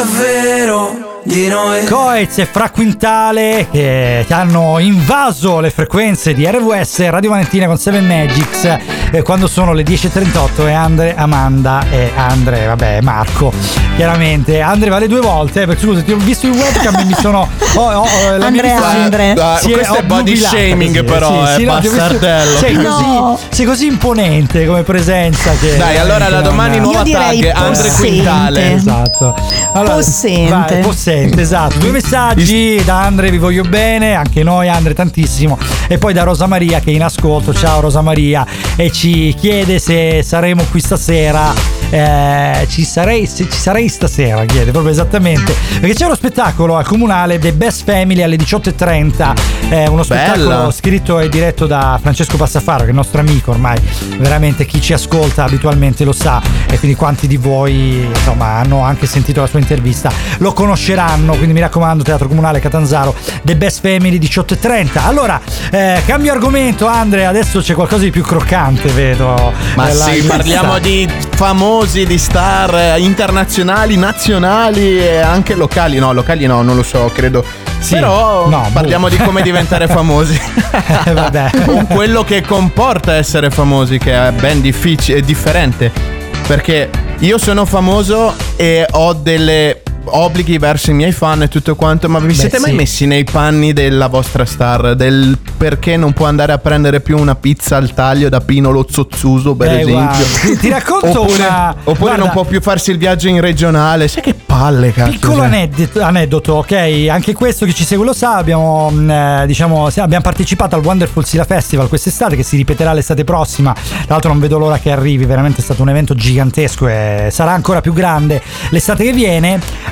T: davvero di noi.
D: Coez e Fra Quintale che hanno invaso le frequenze di R V S Radio Valentina con Seven Magics eh, quando sono le dieci e trentotto e Andre, Amanda e Andre, vabbè, Marco chiaramente. Andre vale due volte eh, perché scusa, ti ho visto in webcam e mi sono oh, oh, oh, la
H: Andre,
D: mia
H: Andre.
B: Ah,
D: si
B: questo è body
D: obnubilata,
B: shaming
D: sì,
B: però,
D: sì,
B: è
D: sì, no, ti ho visto-
B: bastardello.
D: sei,
H: No.
D: così, sei così imponente come presenza che
B: Dai, allora da
D: non-
B: domani nuova
H: Io direi
B: tag, Andre
H: possente.
B: Quintale.
D: Esatto. Allora,
H: Possente.
D: vai, possente, esatto. Due messaggi da Andre, vi voglio bene, anche noi Andre tantissimo. E poi da Rosa Maria che è in ascolto. Ciao Rosa Maria. E ci chiede se saremo qui stasera. Eh, ci sarei se ci sarei stasera, chiede proprio esattamente. Perché c'è uno spettacolo al comunale The Best Family alle diciotto e trenta. Eh, uno spettacolo
B: Bella.
D: scritto e diretto da Francesco Passafaro, che è il nostro amico ormai. Veramente chi ci ascolta abitualmente lo sa. E quindi quanti di voi insomma hanno anche sentito la sua intervista lo conosceranno. Quindi mi raccomando, Teatro Comunale Catanzaro, The Best Family diciotto e trenta. Allora eh, cambio argomento, Andre, adesso c'è qualcosa di più croccante, vedo.
B: Ma
D: Eh, la-
B: sì, parliamo di famosi, di star internazionali, nazionali e anche locali. No, locali no, non lo so, credo.
D: Sì,
B: Però
D: no,
B: parliamo
D: boh.
B: di come diventare famosi.
D: Eh, vabbè.
B: O quello che comporta essere famosi, che è ben difficile, è differente. Perché io sono famoso e ho delle obblighi verso i miei fan e tutto quanto, ma vi
D: Beh,
B: siete mai
D: sì.
B: messi nei panni della vostra star? Del perché non può andare a prendere più una pizza al taglio da Pino lo Zozzuso, per
D: Eh,
B: esempio?
D: guarda, ti- ti racconto
B: oppure,
D: una-
B: Oppure
D: guarda-
B: non può più farsi il viaggio in regionale. Sai che palle, cazzo.
D: Piccolo
B: cioè.
D: aneddoto, aneddoto, ok? Anche questo che ci segue lo sa. Abbiamo, mh, eh, diciamo, sì, abbiamo partecipato al Wonderful Sila Festival quest'estate, che si ripeterà l'estate prossima. Tra l'altro, non vedo l'ora che arrivi. Veramente è stato un evento gigantesco e sarà ancora più grande l'estate che viene.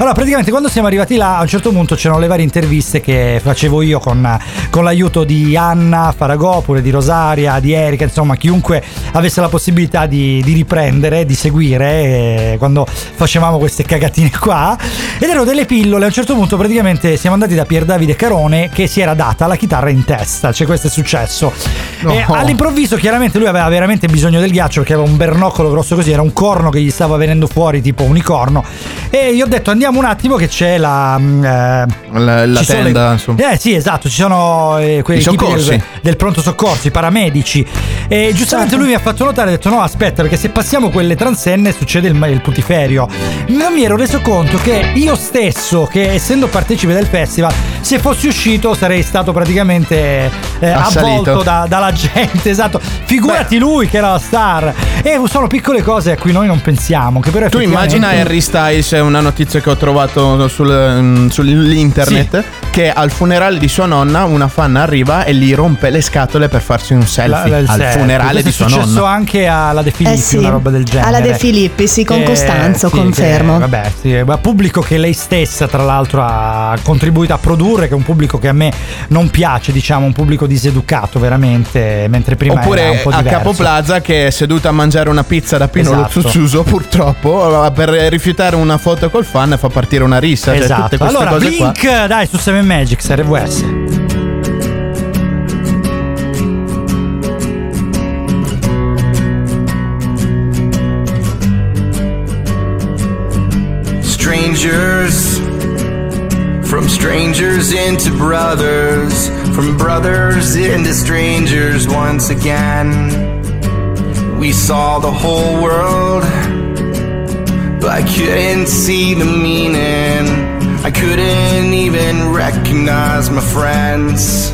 D: Allora, praticamente quando siamo arrivati là, a un certo punto c'erano le varie interviste che facevo io con, con l'aiuto di Anna Faragopoulos, di Rosaria, di Erika, insomma chiunque avesse la possibilità di, di riprendere, di seguire eh, quando facevamo queste cagatine qua. Ed erano delle pillole. A un certo punto praticamente siamo andati da Pier Davide Carone, che si era data la chitarra in testa, cioè questo è successo.
B: No.
D: E all'improvviso chiaramente lui aveva veramente bisogno del ghiaccio, perché aveva un bernoccolo grosso così, era un corno che gli stava venendo fuori tipo unicorno, e io ho detto andiamo un attimo che c'è la eh,
B: la, la
D: ci sono
B: tenda
D: le,
B: insomma.
D: eh sì esatto, ci sono eh, quelli
B: I soccorsi
D: del, del pronto soccorso, i paramedici, e giustamente lui mi ha fatto notare, ha detto no aspetta, perché se passiamo quelle transenne succede il, il putiferio. Non mi ero reso conto che io stesso, che essendo partecipe del festival, se fossi uscito sarei stato praticamente eh, avvolto da, dalla gente, esatto, figurati. Beh, lui che era la star. E sono piccole cose a cui noi non pensiamo, che però
B: tu immagina Harry Styles, è una notizia che ho trovato sul, sull'internet, sì, che al funerale di sua nonna una fan arriva e gli rompe le scatole per farsi un selfie la, al selfie. funerale Questo di sua nonna. È successo
D: anche alla De Filippi,
H: eh sì,
D: una roba del genere.
H: Alla De Filippi, sì, con
D: che,
H: Costanzo,
D: sì,
H: confermo.
D: Che, vabbè, sì, ma pubblico che lei stessa tra l'altro ha contribuito a produrre, che è un pubblico che a me non piace, diciamo, un pubblico diseducato veramente, mentre prima
B: Oppure
D: era un po' diverso.
B: A Capo Plaza, che è seduta a mangiare una pizza da Pino
D: esatto.
B: Luzzuzuso, purtroppo per rifiutare una foto col fan fa partire una rissa.
D: Esatto.
B: Cioè, tutte queste
D: allora
B: cose
D: Blink
B: qua.
D: Dai, su Seven Magics R V S.
J: Strangers, from strangers into brothers, from brothers into strangers once again. We saw the whole world, but I couldn't see the meaning. I couldn't even recognize my friends.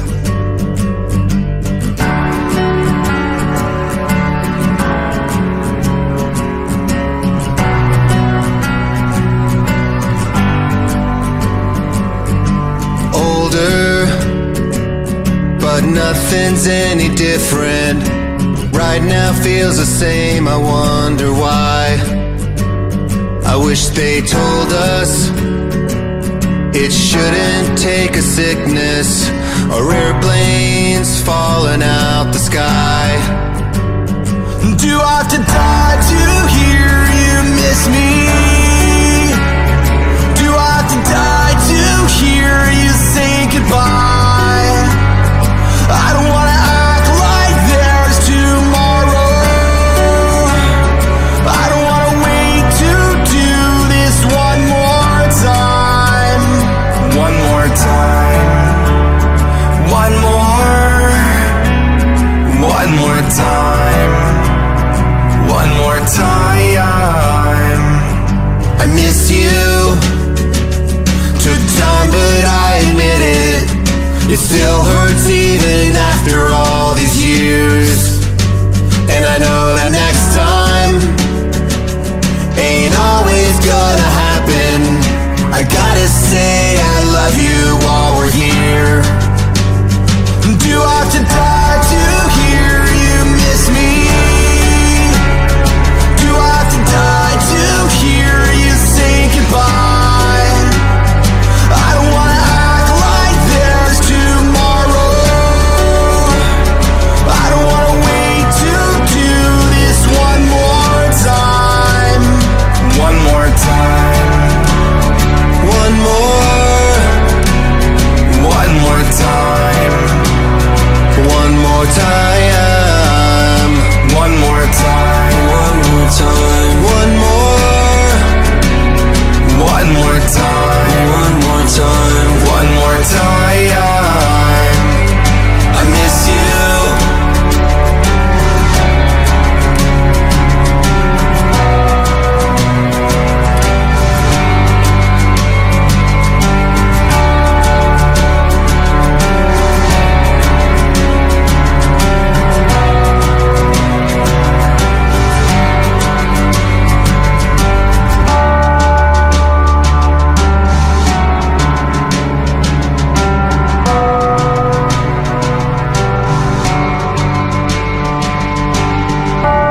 J: Older, but nothing's any different. Right now feels the same, I wonder why. I wish they told us it shouldn't take a sickness or airplanes falling out the sky. Do I have to die to hear you miss me? Do I have to die to hear you say goodbye? I don't wanna act like there's tomorrow. I don't wanna wait to do this one more time. One more time. One more. One more time. One more time. I miss you. Took time, but I admit it. It still hurts even after all these years. And I know that next time ain't always gonna happen. I gotta say I love you while we're here. Do I have to die to hear you miss me? Do I have to die to hear you say goodbye? I don't wanna act like there's tomorrow. I don't wanna wait to do this one more time. One more time. One more. One more time. One more time. One more time. One more time. One more. One more time. One more time. One more time. I miss you.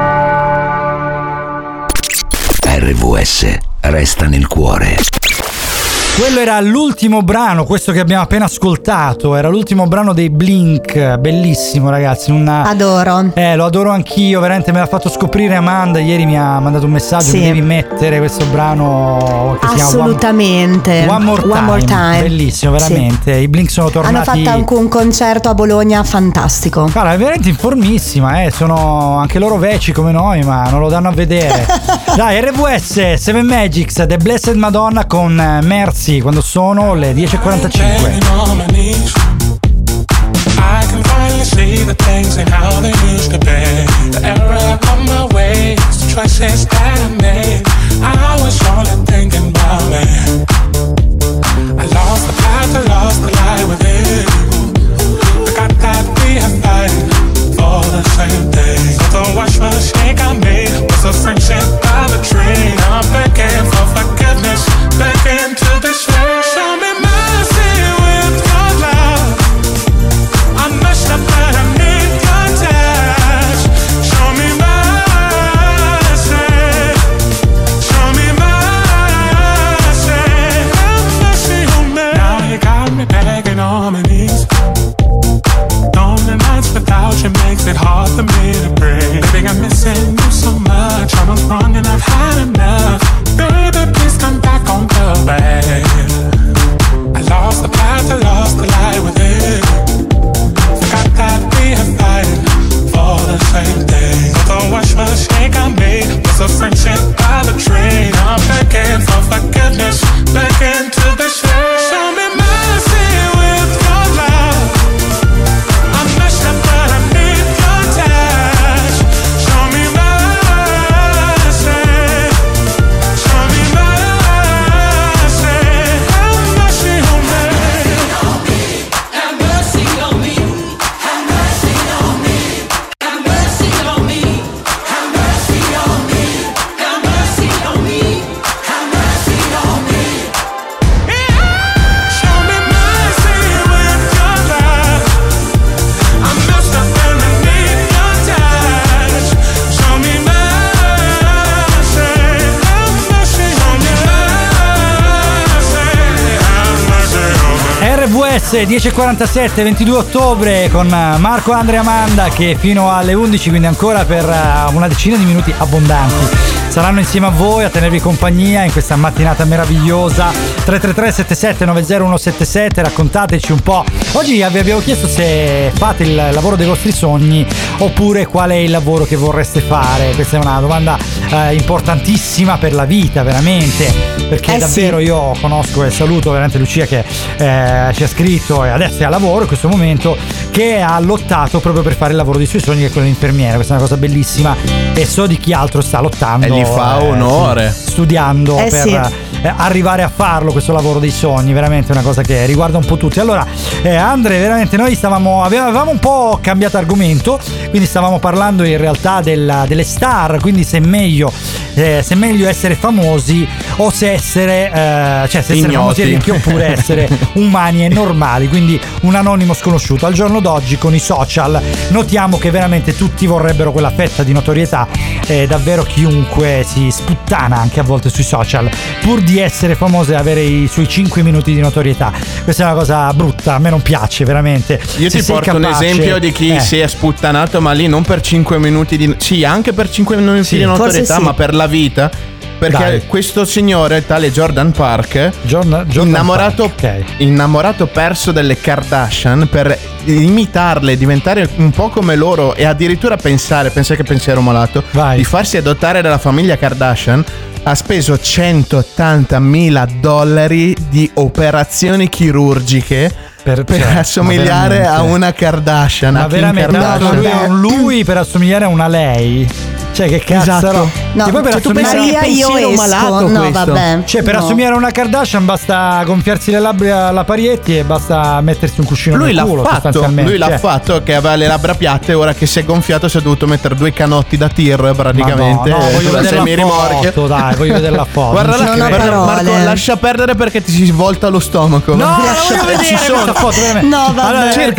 A: R V S resta nel cuore.
D: Quello era l'ultimo brano, questo che abbiamo appena ascoltato, era l'ultimo brano dei Blink, bellissimo ragazzi. Una...
H: Adoro.
D: Eh, lo adoro anch'io, veramente me l'ha fatto scoprire Amanda, ieri mi ha mandato un messaggio,
H: Sì.
D: mi devi mettere questo brano che si chiama
H: Assolutamente.
D: One, One More Time.
H: One More Time.
D: Bellissimo, veramente.
H: Sì.
D: I Blink sono tornati.
H: Hanno fatto anche un concerto a Bologna fantastico.
D: Guarda, è veramente informissima, eh. Sono anche loro vecchi come noi, ma non lo danno a vedere. Dai, R V S, Seven Magics, The Blessed Madonna con eh, Mercy, quando sono le dieci e quarantacinque.
F: I can finally see the things and how they used to be. The error of my ways, the choices that I made. I was only thinking about me. I lost the path, I lost the light within. Forgot that we had fighting for the same thing. So the wash mistake I made was a friendship of a dream. I'm begging for forgiveness, begging to this way. Show me mercy with your love. I messed up but I need your touch. Show me mercy. Show me mercy. Have mercy on me. Now you got me begging on my knees. Lonely nights without you makes it hard for me to breathe. Baby, I'm missing you so much. I was wrong and I've had enough. Baby, please come back on the way. I lost the path, I lost the light within. Forgot that we are fighting for the same thing. So the worst mistake I made was a friendship by the train. I'm begging for forgiveness, begging to the shade. Show me mercy with your love. I messed up but I need your touch. Show me mercy. Show me mercy. Have mercy on me. Have mercy on me. Have mercy on me. Have mercy on me. Have mercy on me. Have mercy on me. Have mercy on me. Show me mercy with your love. I messed up and I need your touch. Show me mercy. Have mercy on me. Have mercy on me.
D: R V S dieci e quarantasette, ventidue ottobre con Marco, Andrea e Amanda che fino alle undici, quindi ancora per uh, una decina di minuti abbondanti, saranno insieme a voi a tenervi compagnia in questa mattinata meravigliosa. Tre tre tre sette sette nove zero uno sette sette, raccontateci un po'. Oggi vi abbiamo chiesto se fate il lavoro dei vostri sogni oppure qual è il lavoro che vorreste fare. Questa è una domanda eh, importantissima per la vita, veramente, perché
H: Eh
D: davvero
H: sì.
D: io conosco e saluto veramente Lucia che eh, ci ha scritto e adesso è a lavoro in questo momento, che ha lottato proprio per fare il lavoro dei suoi sogni, che è quello di infermiera. Questa è una cosa bellissima e so di chi altro sta lottando
B: E gli fa
D: eh,
B: onore.
D: sì, studiando
H: Eh
D: per
H: sì.
D: eh, arrivare a farlo, questo lavoro dei sogni, veramente una cosa che riguarda un po' tutti. Allora eh, Andre, veramente noi stavamo avevamo un po' cambiato argomento, quindi stavamo parlando in realtà della, delle star, quindi se è meglio eh, se è meglio essere famosi o se essere eh, cioè se essere
B: Ignoti.
D: famosi e ricchi oppure essere umani e normali, quindi un anonimo sconosciuto. Al giorno d'oggi con i social notiamo che veramente tutti vorrebbero quella fetta di notorietà e davvero chiunque si sputtana anche a volte sui social pur di essere famoso e avere i suoi cinque minuti di notorietà. Questa è una cosa brutta, a me non piace veramente.
B: Io
D: Se
B: ti
D: sei
B: porto un
D: capace-
B: esempio di chi
D: eh.
B: si è sputtanato, ma lì non per cinque minuti di. Sì, anche per cinque minuti
D: Sì,
B: di
D: forse
B: notorietà,
D: sì.
B: ma per la vita. Perché
D: Dai.
B: questo signore, tale Jordan Park,
D: Jordan- Jordan
B: innamorato,
D: Park, ok.
B: innamorato perso delle Kardashian, per imitarle, diventare un po' come loro e addirittura pensare, pensa che pensiero malato,
D: Vai.
B: di farsi adottare dalla famiglia Kardashian, ha speso centottantamila dollari di operazioni chirurgiche
D: per,
B: per
D: cioè,
B: assomigliare
D: ma
B: a una Kardashian.
D: Ma
B: a Kim
D: veramente
B: Kardashian.
D: lui, è un lui per assomigliare a una lei. Cioè che cazzo.
B: Esatto.
H: No,
D: E poi per
H: cioè, tu
D: assomigliare-
H: Maria, io
B: pensiero
H: esco.
B: malato
H: No,
B: questo.
H: vabbè.
D: Cioè per
H: No.
D: assomigliare a una Kardashian basta gonfiarsi le labbra alla Parietti e basta mettersi un cuscino
B: Lui
D: nel
B: l'ha
D: culo,
B: fatto,
D: sostanzialmente.
B: lui l'ha
D: Cioè,
B: fatto che aveva le labbra piatte, ora che si è gonfiato si è dovuto mettere due canotti da tir praticamente.
D: Ma no, no, voglio
B: sulla
D: vedere la
B: semirimorchia.
D: foto, dai, voglio vedere la foto.
B: Guarda
D: Non
B: là,
D: ci
H: Non ho
D: credo.
B: guarda,
H: parole.
B: Marco, lascia perdere perché ti si svolta lo stomaco.
D: No, non
B: lascia
D: voglio vedere
B: ci sono.
D: questa foto, veramente.
H: No, vabbè.
D: Allora,
B: Cerca,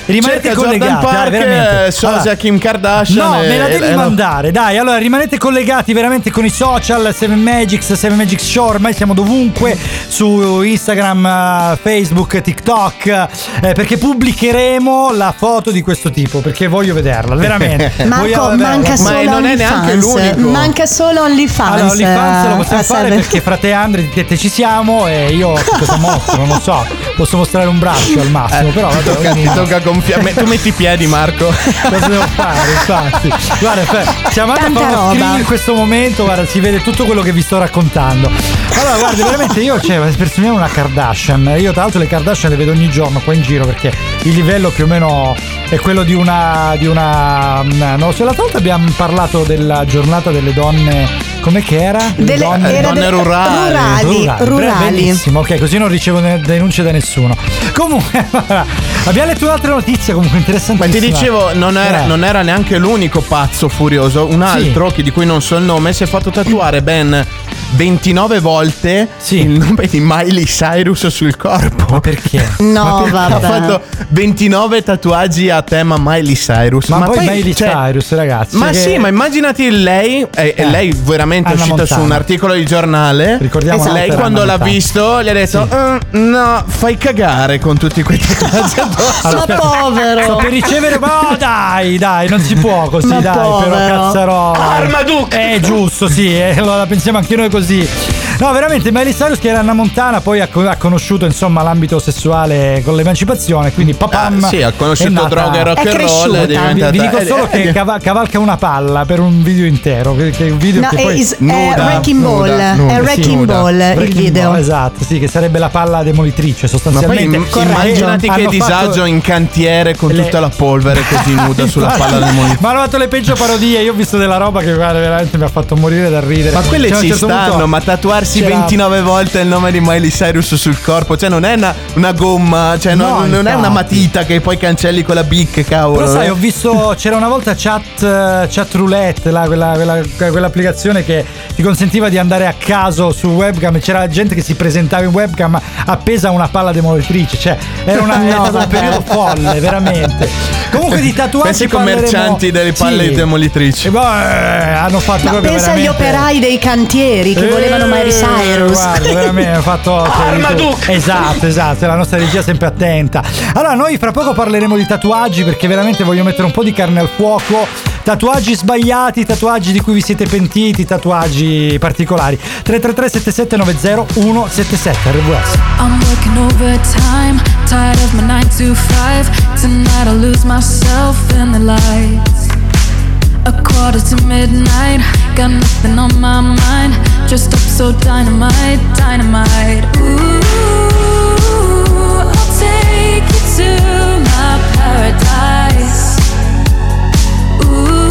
D: rimanete
B: Cerca
D: collegati.
B: Jordan Park,
D: dai, veramente.
B: Sosia,
D: Allora,
B: Kim Kardashian.
D: No,
B: e-
D: me la devi
B: e- e-
D: mandare, dai. Allora rimanete collegati veramente con i social Seven Magics, Seven Magics Show. Ormai siamo dovunque su Instagram, eh, Facebook, TikTok, eh, perché pubblicheremo la foto di questo tipo, perché voglio vederla, veramente.
H: Marco,
D: Voglio vederla.
H: manca solo
B: non è neanche
H: OnlyFans.
B: l'unico.
H: Manca solo OnlyFans.
D: Allora, OnlyFans lo possiamo
H: a
D: fare
H: Seven.
D: perché fra te e Andre di tette ci siamo e io cosa mostro, non lo so, posso mostrare un braccio al massimo, però vabbè,
B: Tocca,
D: ogni-
B: ti tocca gonfiare. Tu metti i piedi, Marco.
D: cosa devo fare, infatti. Guarda, fe- siamo andati a
H: Tanta
D: fare uno
H: roba.
D: screen in questo momento, guarda, si vede tutto quello che vi sto raccontando. Allora, guarda, veramente io, cioè, personiamo una Kardashian. Io tra l'altro le Kardashian le vedo ogni giorno qua in giro perché il livello più o meno è quello di una di una non lo so, l'altra volta abbiamo parlato della giornata delle donne. Com'è che era? Le
H: Delle-
D: donne,
H: era
B: donne
H: de-
B: rurali.
H: rurali, rurali.
D: Benissimo, ok, così non ricevo ne- denunce da nessuno. Comunque, abbiamo letto un'altra notizia comunque
B: Ma
D: interessantissima.
B: ti dicevo, non era,
D: Eh.
B: non era neanche l'unico pazzo furioso. Un altro, che di cui non so il nome, si è fatto tatuare ben ventinove volte il nome di Miley Cyrus sul corpo.
D: Ma perché?
H: No,
B: Ma
H: vabbè.
B: ha fatto ventinove tatuaggi a tema Miley Cyrus.
D: Ma, poi, Miley
B: cioè,
D: Cyrus, ragazzi.
B: Ma
D: che-
B: sì, ma immaginati lei, e
D: Eh.
B: lei veramente è
D: Anna
B: uscita su
D: Montana.
B: un articolo di giornale.
D: Ricordiamo
B: Lei
D: un'altra
B: quando
D: Anna
B: l'ha
D: Montana.
B: visto gli ha detto: "Eh, no, fai cagare con tutti quei tatuaggi addosso."
D: Allora,
H: Ma povero.
D: sto per ricevere, ma dai, dai, non si può così,
H: Ma
D: dai,
H: povero.
D: però cazzarola.
B: Armaduke!
D: Eh, giusto, sì, eh, allora pensiamo anche noi così. No, veramente, Miley Cyrus che era Anna Montana, poi ha, co- ha conosciuto insomma l'ambito sessuale con l'emancipazione, quindi papam.
B: Ah, sì, ha conosciuto
D: è nata-
B: droga e rock
H: È
B: and roll.
H: cresciuta.
B: È
D: Vi,
B: diventata.
D: vi dico solo
B: eh,
D: che
B: eh,
D: cava- cavalca una palla per un video intero, che che è un video
H: No,
D: che
H: è,
D: poi
H: is- è
B: nuda,
H: Wrecking Ball.
B: nuda, nuda,
H: È
B: sì,
H: Wrecking
B: nuda.
H: Ball il
D: Breaking
H: video.
D: Ball, esatto, sì, che sarebbe la palla demolitrice
B: Ma poi
D: sostanzialmente.
B: im-
H: Corretto.
B: immaginati che
D: Hanno
B: disagio
D: fatto-
B: in cantiere con
D: Le-
B: tutta la polvere così nuda sulla
D: Infatti,
B: palla del monitor.
D: ma hanno fatto le peggio parodie. Io ho visto della roba che guarda, veramente mi ha fatto morire da ridere.
B: Ma quelle
D: Cioè, a un
B: ci
D: certo
B: stanno,
D: punto
B: ma tatuarsi
D: c'era-
B: ventinove volte il nome di Miley Cyrus sul corpo, cioè non è una, una gomma, cioè
D: No,
B: non, non è una
D: infatti.
B: matita che poi cancelli con la bic, cavolo.
D: Però sai,
B: eh.
D: ho visto, c'era una volta chat, eh, chat roulette, là, quella, quella- quell'applicazione che ti consentiva di andare a caso su webcam e c'era gente che si presentava in webcam appesa a una palla demolitrice, cioè era una,
H: No,
D: è stato un
H: vabbè.
D: periodo folle, veramente. Comunque di tatuaggi
B: Pensi ai
D: parleremo-
B: commercianti delle palle
D: Sì.
B: demolitrici.
D: E beh, hanno fatto
H: No,
D: proprio
H: pensa agli
D: veramente-
H: operai dei cantieri che
D: Eh,
H: volevano Miley Cyrus.
D: Guarda, veramente hanno fatto
B: Armaduke!
D: Esatto, esatto, è la nostra regia sempre attenta. Allora, noi fra poco parleremo di tatuaggi perché veramente voglio mettere un po' di carne al fuoco. Tatuaggi sbagliati, tatuaggi di cui vi siete pentiti, tatuaggi particolari. tre tre tre sette sette nove zero uno sette sette R V S.
Q: I'm working overtime, tired of my nine to five. Tonight I'll lose myself in the lights. A quarter to midnight, got nothing on my mind. Just up so dynamite, dynamite. Ooh, I'll take you to my paradise. Ooh,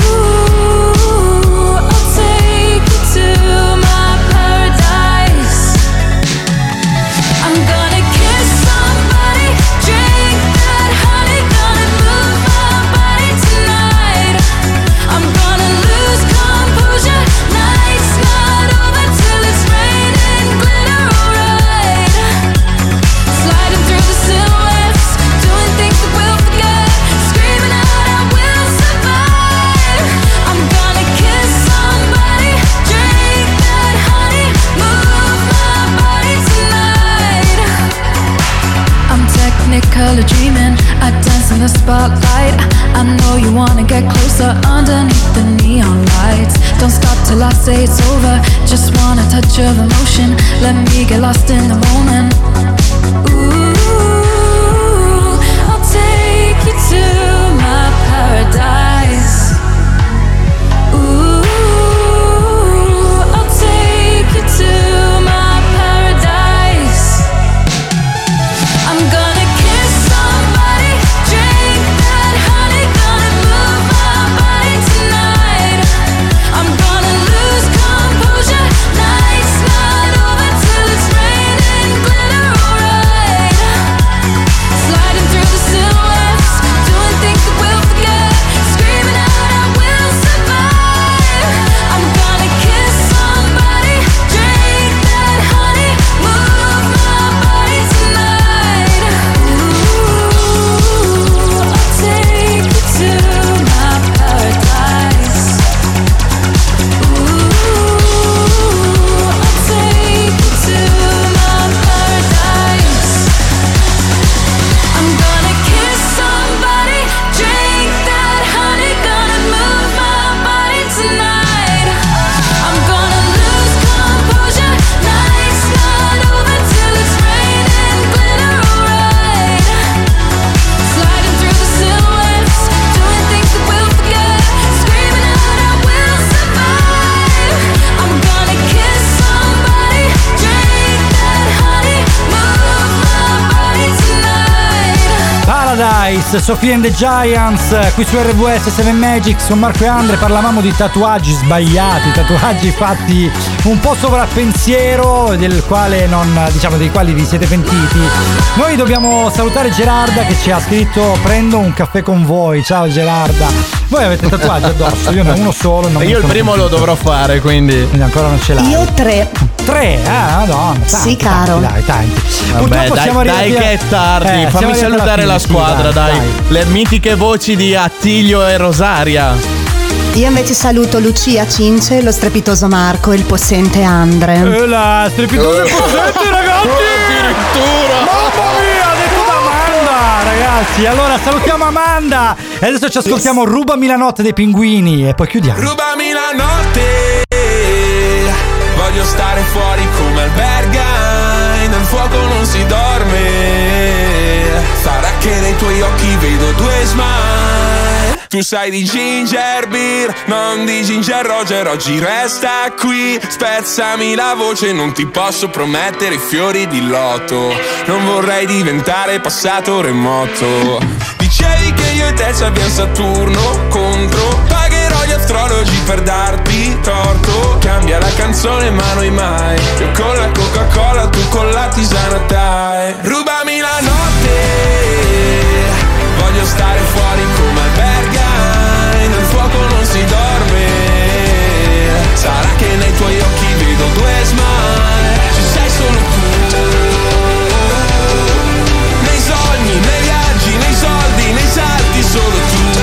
Q: I'll take you to my paradise. I'm gonna kiss somebody, drink that honey, gonna move my body tonight. I'm gonna lose composure, night's not over till it's raining glitter, alright. Sliding through the silhouettes, doing things that we'll forget, screaming out I will survive. I'm gonna kiss somebody, drink that honey, move my body tonight. I'm technicolor dreaming, I dance in the spotlight. I know you wanna get closer underneath the neon lights. Don't stop till I say it's over, just want a touch of emotion. Let me get lost in the moment. Ooh, I'll take you to my paradise. Ooh, I'll take you to my paradise. I'm gonna kiss somebody, drink that honey, gonna move my body tonight. I'm gonna lose composure, night's not over till it's raining glitter,
D: Paradise, Sophie and the Giants, qui su R V S sette Magics con Marco e Andre. Parlavamo di tatuaggi sbagliati, tatuaggi fatti un po' sovrappensiero, del quale non, diciamo, dei quali vi siete pentiti. Noi dobbiamo salutare Gerarda che ci ha scritto: prendo un caffè con voi. Ciao Gerarda. Voi avete tatuaggi addosso? Io ne ho uno solo. Non
B: io il primo lo dovrò fare, quindi.
D: quindi ancora non ce l'hai.
H: Io tre.
D: Tre? Ah, madonna. Tanti,
H: sì, caro.
D: Dai, tanti.
B: Vabbè, dai,
D: siamo
B: dai che è tardi.
D: eh,
B: Fammi salutare la
D: fine,
B: squadra,
D: sì,
B: dai,
D: dai.
B: Le mitiche voci di Attilio e Rosaria.
H: Io invece saluto Lucia Cince, lo strepitoso Marco e il possente Andre.
D: E la strepitoso e possente, ragazzi!
B: Addirittura!
D: Mamma mia, ha detto da Amanda, ragazzi. Allora salutiamo Amanda e adesso ci ascoltiamo Rubami la notte dei Pinguini e poi chiudiamo.
J: Rubami la notte, voglio stare fuori come al Berghain, nel fuoco non si dorme, sarà che nei tuoi occhi vedo due smile. Tu sai di ginger beer, non di ginger Roger, oggi resta qui, spezzami la voce, non ti posso promettere i fiori di loto, non vorrei diventare passato remoto. Dicevi che io e te ci abbiamo Saturno contro, pagherò gli astrologi per darti torto, cambia la canzone ma noi mai, io con la Coca-Cola, tu con la tisana Thai. Rubami la notte, voglio stare fuori come al Berghain, nel fuoco non si dorme, sarà che nei tuoi occhi vedo due smile, ci sei solo tu, nei sogni, nei viaggi, nei soldi, nei salti solo tu,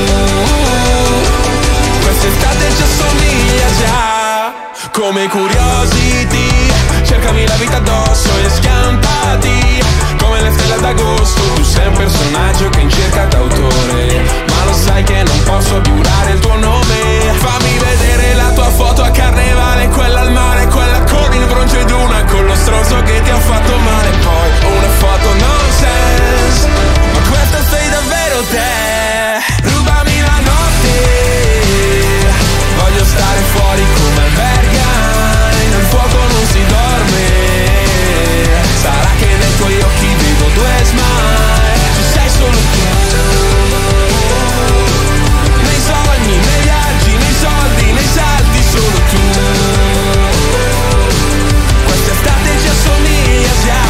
J: quest'estate ci assomiglia già, come Curiosity, cercami la vita addosso e scampati, come le stelle d'agosto, tu sei un personaggio che in cerca d'autore, ma lo sai che non posso giurare il tuo nome, fammi vedere la tua foto a carnevale, quella al mare, quella con il bronzo ed una con lo stronzo che ti ha fatto male, poi una foto nonsense, ma questa sei davvero te, rubami la notte, voglio stare fuori come al Berghain, nel fuoco non si dorme, sarà che nei tuoi occhi vedo due smile, ci sei solo tu, nei sogni, nei viaggi, nei soldi, nei salti solo tu, quest'estate ci assomiglia già.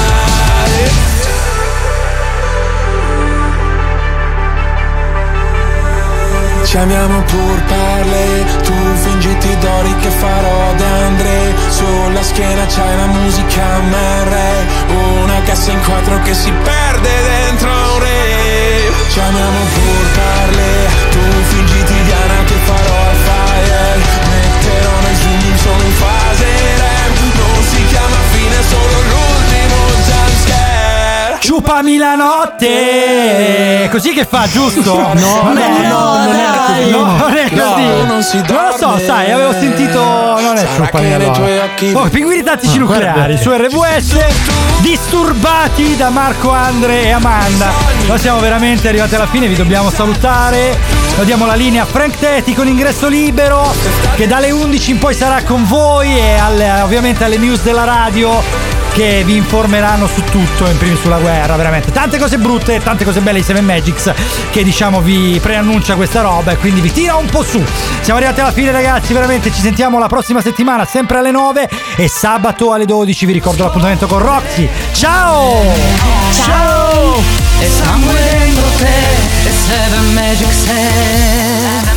J: Ci amiamo pur parle, tu fingiti d'ori che farò d'Andre, sulla schiena c'hai la musica M R, una cassa in quattro che si perde dentro un re. Ci amiamo pur parle, tu fingiti Diana che farò al fire, metterò nel zoom solo in fase rem, non si chiama fine solo l'ultimo jumpscare.
D: Ciupami la notte, così che fa, giusto? No, non è, no, non è così. No, non è così.
J: No, non si
D: non lo so,
J: dorme.
D: sai, avevo sentito. Non è ciupami la notte. Oh, pinguini tattici nucleari su R V S, disturbati da Marco, Andre e Amanda. Noi siamo veramente arrivati alla fine, vi dobbiamo salutare. Noi diamo la linea a Frank Teti con ingresso libero, che dalle undici in poi sarà con voi e alle, ovviamente alle news della radio, che vi informeranno su tutto, in primis sulla guerra, veramente tante cose brutte e tante cose belle di sette Magics, che diciamo vi preannuncia questa roba e quindi vi tira un po' su. Siamo arrivati alla fine, ragazzi, veramente ci sentiamo la prossima settimana sempre alle nove e sabato alle dodici vi ricordo l'appuntamento con Roxy. Ciao!
H: Ciao!
G: E sangue dentro te, e sette Magics è.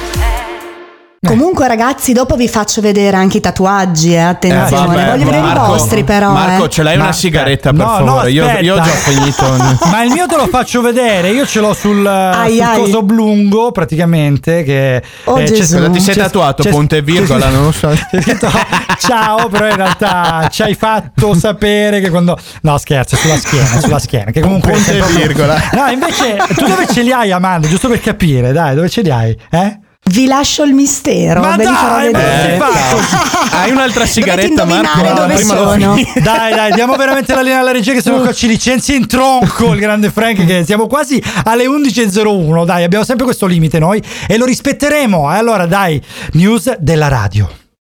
H: Comunque ragazzi, dopo vi faccio vedere anche i tatuaggi, eh, attenzione,
B: Eh, vabbè,
H: voglio vedere
B: Marco,
H: i vostri però.
B: Marco,
H: eh.
B: ce l'hai
D: Ma
B: una sigaretta per
D: no,
B: favore?
D: no,
B: io,
D: aspetta.
B: io ho già finito.
D: Ma il mio te lo faccio vedere, io ce l'ho sul,
H: Ai,
D: sul
H: ai.
D: coso oblungo praticamente che
H: Oh, Gesù.
B: Cosa ti sei
D: c'è-
B: tatuato?
D: c'è-
B: Punto e virgola, non lo so.
D: C'è scritto ciao, però in realtà ci hai fatto sapere che quando. No, scherzo, è sulla schiena, è sulla schiena. Che comunque
B: Punto
D: sei
B: e
D: proprio-
B: virgola.
D: No, invece, tu dove ce li hai, Amanda? Giusto per capire, dai, dove ce li hai? Eh?
H: Vi lascio il mistero,
D: Ma
H: ve li farò
D: dai, ma non
H: vedere.
D: si fa così.
B: Hai un'altra sigaretta,
H: Dovete
B: Marco?
H: indovinare dove
B: Prima lo
H: sono.
B: finisco.
D: Dai, dai, diamo veramente la linea alla regia che sennò qua ci licenzia in tronco il grande Frank, che siamo quasi alle undici e zero uno. Dai, abbiamo sempre questo limite noi e lo rispetteremo. E allora dai, news della radio.